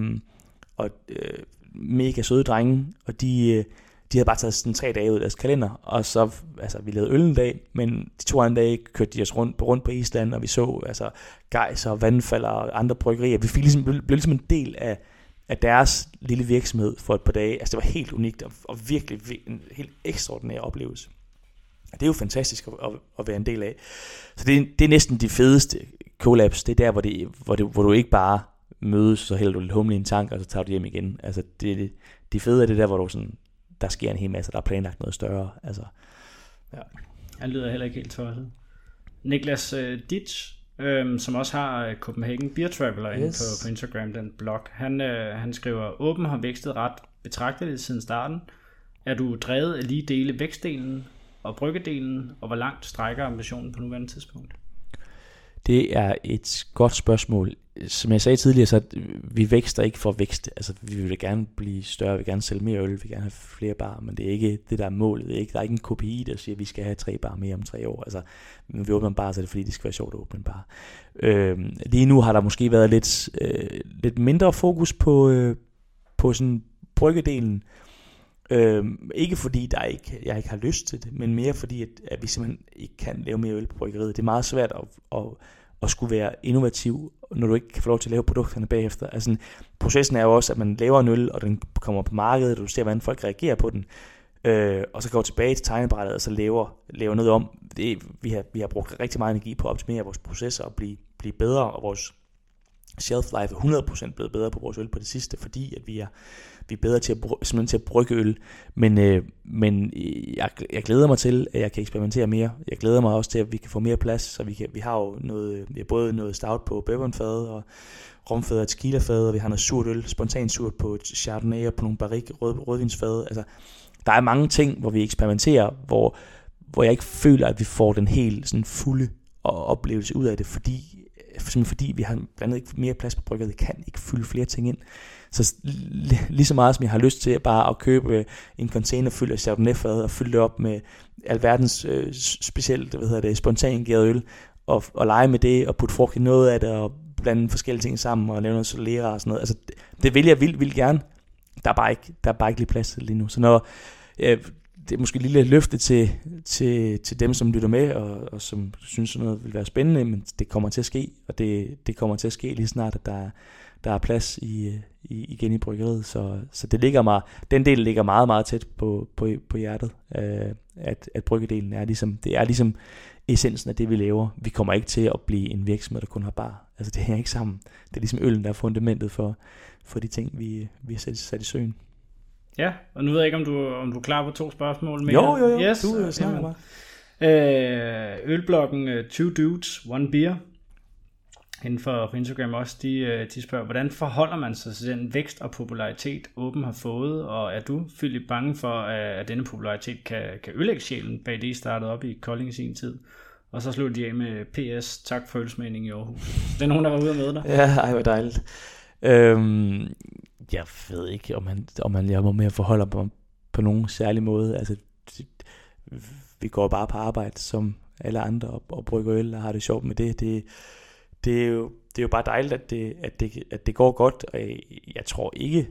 mega søde drenge, og de havde bare taget sådan 3 dage ud af deres kalender, og så, vi lavede øl en dag, men de 2 andre dage kørte de os rundt på Island, og vi så, Gejser og Vandfald og andre bryggerier. Vi blev ligesom en del af deres lille virksomhed for et par dage. Altså, det var helt unikt, og virkelig en helt ekstraordinær oplevelse. Det er jo fantastisk at være en del af. Så det er næsten de fedeste collabs. Det er der, hvor du ikke bare mødes, så hælder du lidt humle i en tank, og så tager du hjem igen. Altså, de fede er det der, hvor du sådan, der sker en hel masse, der er planlagt noget større. Altså, ja. Han lyder heller ikke helt tosset. Niklas Ditch, som også har Copenhagen Beer Traveler inde på Instagram, den blog. Han skriver, Åben har vækstet ret betragteligt siden starten. Er du drevet af lige dele vækstdelen, og bryggedelen, og hvor langt strækker ambitionen på nuværende tidspunkt? Det er et godt spørgsmål. Som jeg sagde tidligere, så vi vækster ikke for at vækste. Altså, vi vil gerne blive større, vi vil gerne sælge mere øl, vi vil gerne have flere bar, men det er ikke det, der er målet. Der er ikke en KPI, der siger, at vi skal have 3 bar mere om 3 år. Altså, når vi åbner en bar, så er det fordi, det skal være sjovt at åbne en bar. Lige nu har der måske været lidt mindre fokus på sådan bryggedelen. Ikke fordi jeg ikke har lyst til det, men mere fordi, at vi simpelthen ikke kan lave mere øl på bryggeriet. Det er meget svært at skulle være innovativ, når du ikke kan få lov til at lave produkterne bagefter. Altså, processen er jo også, at man laver en øl, og den kommer på markedet, og du ser, hvordan folk reagerer på den, og så går tilbage til tegnebrættet, og så laver noget om. Vi har brugt rigtig meget energi på at optimere vores processer og blive bedre, og vores shelf life er 100% blevet bedre på vores øl på det sidste, fordi at vi er bedre til at brygge øl, men jeg glæder mig til, at jeg kan eksperimentere mere. Jeg glæder mig også til, at vi kan få mere plads, så vi har jo både noget stout på bourbonfad og romfad og tequilafad, og vi har noget surt øl, spontant surt på chardonnay og på nogle barrique rødvinsfad. Altså, der er mange ting, hvor vi eksperimenterer, hvor jeg ikke føler, at vi får den helt sådan fulde oplevelse ud af det, fordi vi har blandt andet ikke mere plads på bryggeriet, kan ikke fylde flere ting ind. Så lige så meget som jeg har lyst til bare at købe en container fyldt af chardonnay-fad og fylde det op med alverdens specielt spontangæret øl og lege med det og putte frugt i noget af det og blande forskellige ting sammen og lave noget solera og sådan noget. Altså det vil jeg vildt gerne. Der er bare ikke lige plads til lige nu. Så når det er måske et lille løfte til dem, som lytter med, og som synes, sådan noget vil være spændende, men det kommer til at ske, og det kommer til at ske lige snart, at der er plads igen i bryggeriet. Så den del ligger meget, meget tæt på hjertet, at bryggedelen er ligesom essensen af det, vi laver. Vi kommer ikke til at blive en virksomhed, der kun har bar. Altså det hænger ikke sammen. Det er ligesom øllen, der er fundamentet for de ting, vi har sat i søen. Ja, og nu ved jeg ikke, om du er klar på 2 spørgsmål mere. Jo. Yes, du snakker bare. Ølbloggen 2 Dudes, 1 Beer, inden for Instagram også, de spørger, hvordan forholder man sig til den vækst og popularitet, Åben har fået, og er du, Philip, bange for, at denne popularitet kan ødelægge sjælen bag det, I startede op i Kolding i sin tid? Og så slutter de af med PS, tak for ølsmagning i Aarhus. Det er nogen, der var ude og med dig. Ja, ej, hvor dejligt. Jeg ved ikke, om jeg må mere forholde mig på nogen særlig måde. Altså, vi går bare på arbejde som alle andre og brygger øl og har det sjovt med det. Det er jo bare dejligt, at det går godt, og jeg tror ikke,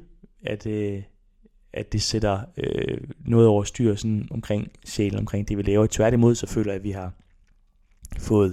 at det sætter noget over styr sådan omkring sjælen, omkring det, vi laver. Tværtimod, så føler jeg, at vi har fået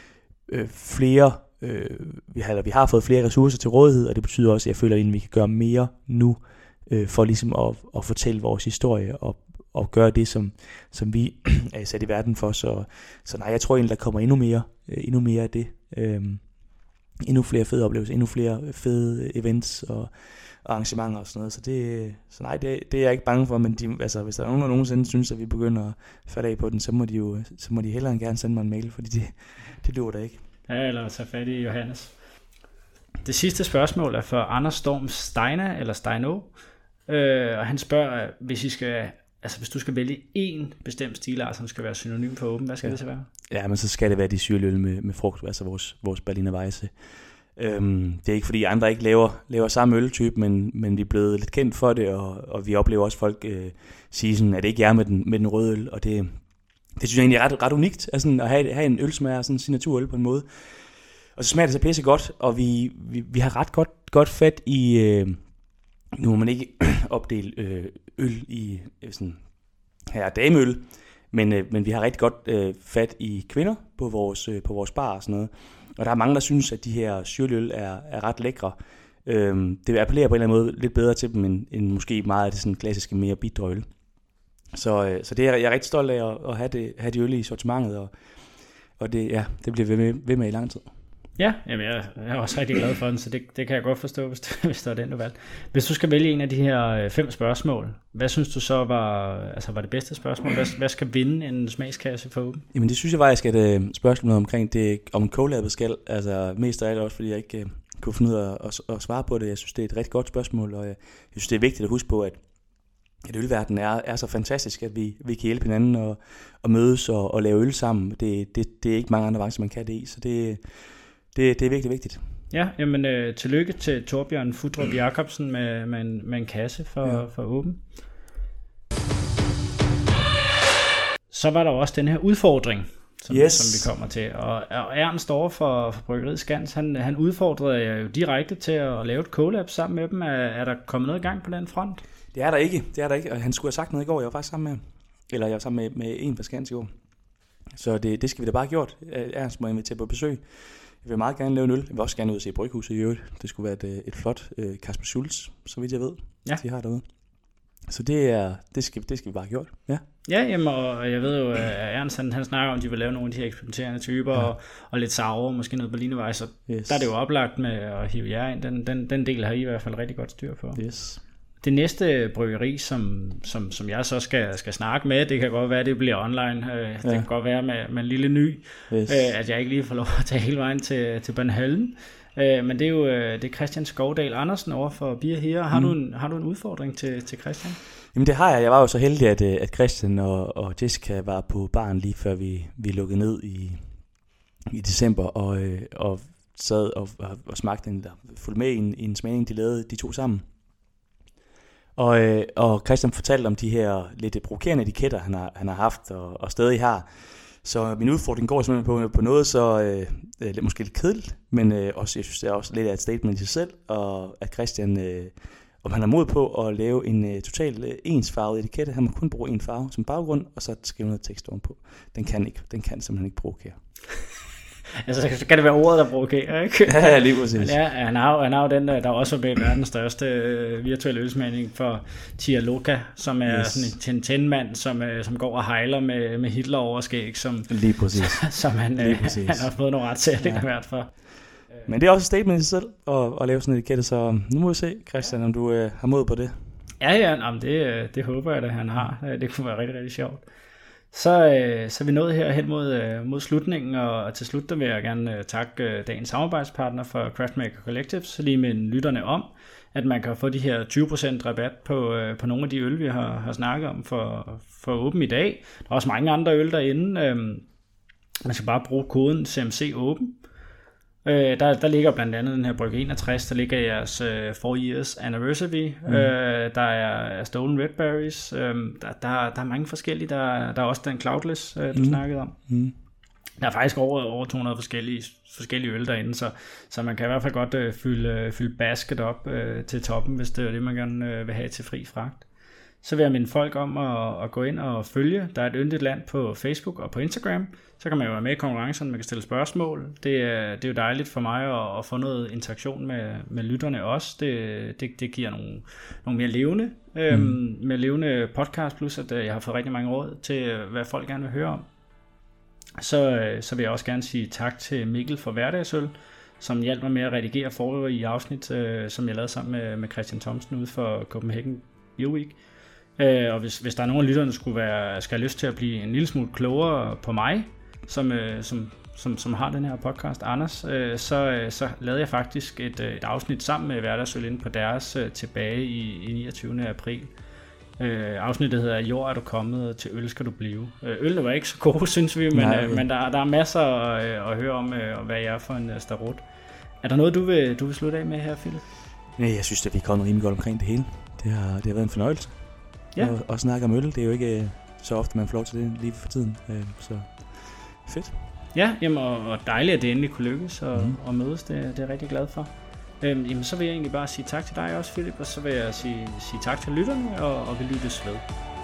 flere vi har fået flere ressourcer til rådighed, og det betyder også, at jeg føler, at vi kan gøre mere nu, for ligesom at fortælle vores historie, og gøre det, som vi er sat i verden for. Så nej, jeg tror egentlig, der kommer endnu mere af det. Endnu flere fede oplevelser, endnu flere fede events og arrangementer og sådan noget. Så nej, det er jeg ikke bange for, men hvis der er nogen, der nogensinde synes, at vi begynder at falde af på den, så må de hellere end gerne sende mig en mail, fordi det løber der ikke. Ja, eller tage fat i Johannes. Det sidste spørgsmål er for Anders Storm Steiner, eller Steino, og han spørger, hvis du skal vælge én bestemt stilart, som skal være synonym for åben, hvad skal det så være? Ja, men så skal det være de syrlige øl med frugt, altså vores Berliner Weisse. Det er ikke fordi andre ikke laver samme øltype, men vi er blevet lidt kendt for det, og vi oplever også folk sige sådan, at det ikke er med den røde øl, og det synes jeg egentlig er ret unikt, altså at have en ølsmager, sådan en signaturøl på en måde. Og så smager det så pisse godt, og vi har ret godt fat i, nu må man ikke opdele øl i sådan her dameøl, men vi har rigtig godt fat i kvinder på vores bar og sådan noget. Og der er mange, der synes, at de her syrligøl er ret lækre. Det appellerer på en eller anden måde lidt bedre til dem, end måske meget af det sådan klassiske mere bitre øl. Så det er jeg er rigtig stolt af at have det øl i sortimentet, og det bliver vi ved med i lang tid. Ja, jamen jeg er også rigtig glad for den, så det kan jeg godt forstå, hvis der er den, du valgte. Hvis du skal vælge en af de her 5 spørgsmål, hvad synes du så var det bedste spørgsmål? Hvad skal vinde en smagskasse for åben? Jamen det synes jeg faktisk, at spørgsmålet omkring det, om en collabet skal, altså mest af alt også, fordi jeg ikke kunne finde ud af at svare på det. Jeg synes, det er et rigtig godt spørgsmål, og jeg synes, det er vigtigt at huske på, at at ølverdenen er så fantastisk, at vi kan hjælpe hinanden og mødes og lave øl sammen. Det er ikke mange andre brancher, man kan det i, så det er virkelig vigtigt. Ja, jamen tillykke til Torbjørn Futtrup Jacobsen med en kasse for Åben. Så var der også den her udfordring, som vi kommer til. Og Ernst over for Bryggeriet Skans, han udfordrede jer jo direkte til at lave et collab sammen med dem. Er der kommet noget i gang på den front? Det er der ikke, og han skulle have sagt noget i går. Jeg var faktisk sammen med en fra Skans i går. Så det skal vi da bare have gjort. Ernst må invitere på besøg. Jeg vil meget gerne lave en øl. Jeg vil også gerne ud og se Bryghuset i øvrigt. Det skulle være et flot Kasper Schultz, så vidt jeg ved, de har derude. Så det skal vi bare have gjort. Ja, jamen, og jeg ved jo, at Ernst han snakker om, at de vil lave nogle af de her eksperimenterende typer, og lidt sour, måske noget Berlinervej, så der er det jo oplagt med at hive jer ind. Den del har I hvert fald rigtig godt styr på. Yes. Det næste bryggeri, som jeg så skal snakke med, det kan godt være, at det bliver online. Det kan godt være med en lille ny, at jeg ikke lige får lov at tage hele vejen til Bornholm. Men det er jo det er Christian Skovdal Andersen over for Beer Here. Har du en udfordring til Christian? Jamen det har jeg. Jeg var jo så heldig, at Christian og Jessica var på baren lige før vi lukkede ned i december, og sad og smagte fulgte med i en smagning, de lavede de to sammen. Og Christian fortalte om de her lidt provokerende etiketter, han har haft og stadig har. Så min udfordring går simpelthen på noget så måske lidt kedeligt, men også, jeg synes, det er også lidt af et statement i sig selv, og at Christian, om han har mod på at lave en totalt ensfarvet etikette. Han må kun bruge en farve som baggrund, og så skrive noget tekst ovenpå. Den kan simpelthen ikke provokere. Altså, så kan det være ordet, der provokerer, ikke? Ja, lige præcis. Ja, han har jo den, der også er verdens største virtuelle ølsmagning for Tia Loka, som er sådan en Tintin-mand, som går og hejler med Hitler overskæg, som, lige præcis. som han har fået nogle ret særligt hvert for. Men det er også et statement i sig selv at lave sådan en etikette, så nu må vi se, Christian, om du har mod på det. Ja, det håber jeg, at han har. Det kunne være rigtig, rigtig sjovt. Så er vi nået her hen mod slutningen, og til slut der vil jeg gerne takke dagens samarbejdspartner for Craftmaker Collectives, lige med lytterne om, at man kan få de her 20% rabat på nogle af de øl, vi har snakket om for Åben i dag. Der er også mange andre øl derinde. Man skal bare bruge koden CMC Åben. Der ligger blandt andet den her Brygge 61, der ligger jeres 4 years anniversary, der er Stolen Red Berries, der er mange forskellige, der er også den Cloudless, du snakkede om. Der er faktisk over 200 forskellige øl derinde, så man kan i hvert fald godt fylde basket op til toppen, hvis det er det, man gerne vil have til fri fragt. Så vil jeg minde folk om at gå ind og følge. Der er et yndigt land på Facebook og på Instagram. Så kan man jo være med i konkurrencen, man kan stille spørgsmål. Det er jo dejligt for mig at få noget interaktion med lytterne også. Det giver nogle mere levende podcast, plus at jeg har fået rigtig mange råd til, hvad folk gerne vil høre om. Så vil jeg også gerne sige tak til Mikkel for Hverdagsøl, som hjalp mig med at redigere forrige afsnit, som jeg lavede sammen med Christian Thomsen ude for Copenhagen Beer Week. Og hvis der er nogen af lytterne, skal have lyst til at blive en lille smule klogere på mig, som har den her podcast, Anders, så lavede jeg faktisk et afsnit sammen med Hverdagsøl inde på deres tilbage i 29. april. Afsnittet hedder Jord er du kommet, til øl skal du blive. Ølene var ikke så gode, synes vi, men der er masser at høre om, hvad jeg er for en starot. Er der noget, du vil slutte af med her, Philip? Nej, jeg synes, at vi er kommet rimelig godt omkring det hele. Det har været en fornøjelse. Ja. Og snakke om øl, det er jo ikke så ofte, man får lov til det lige for tiden. Så fedt. Ja, jamen, og dejligt, at det endelig kunne lykkes og mødes. Det er jeg rigtig glad for. Jamen, så vil jeg egentlig bare sige tak til dig også, Philip, og så vil jeg sige tak til lytterne, og vi lyttes ved.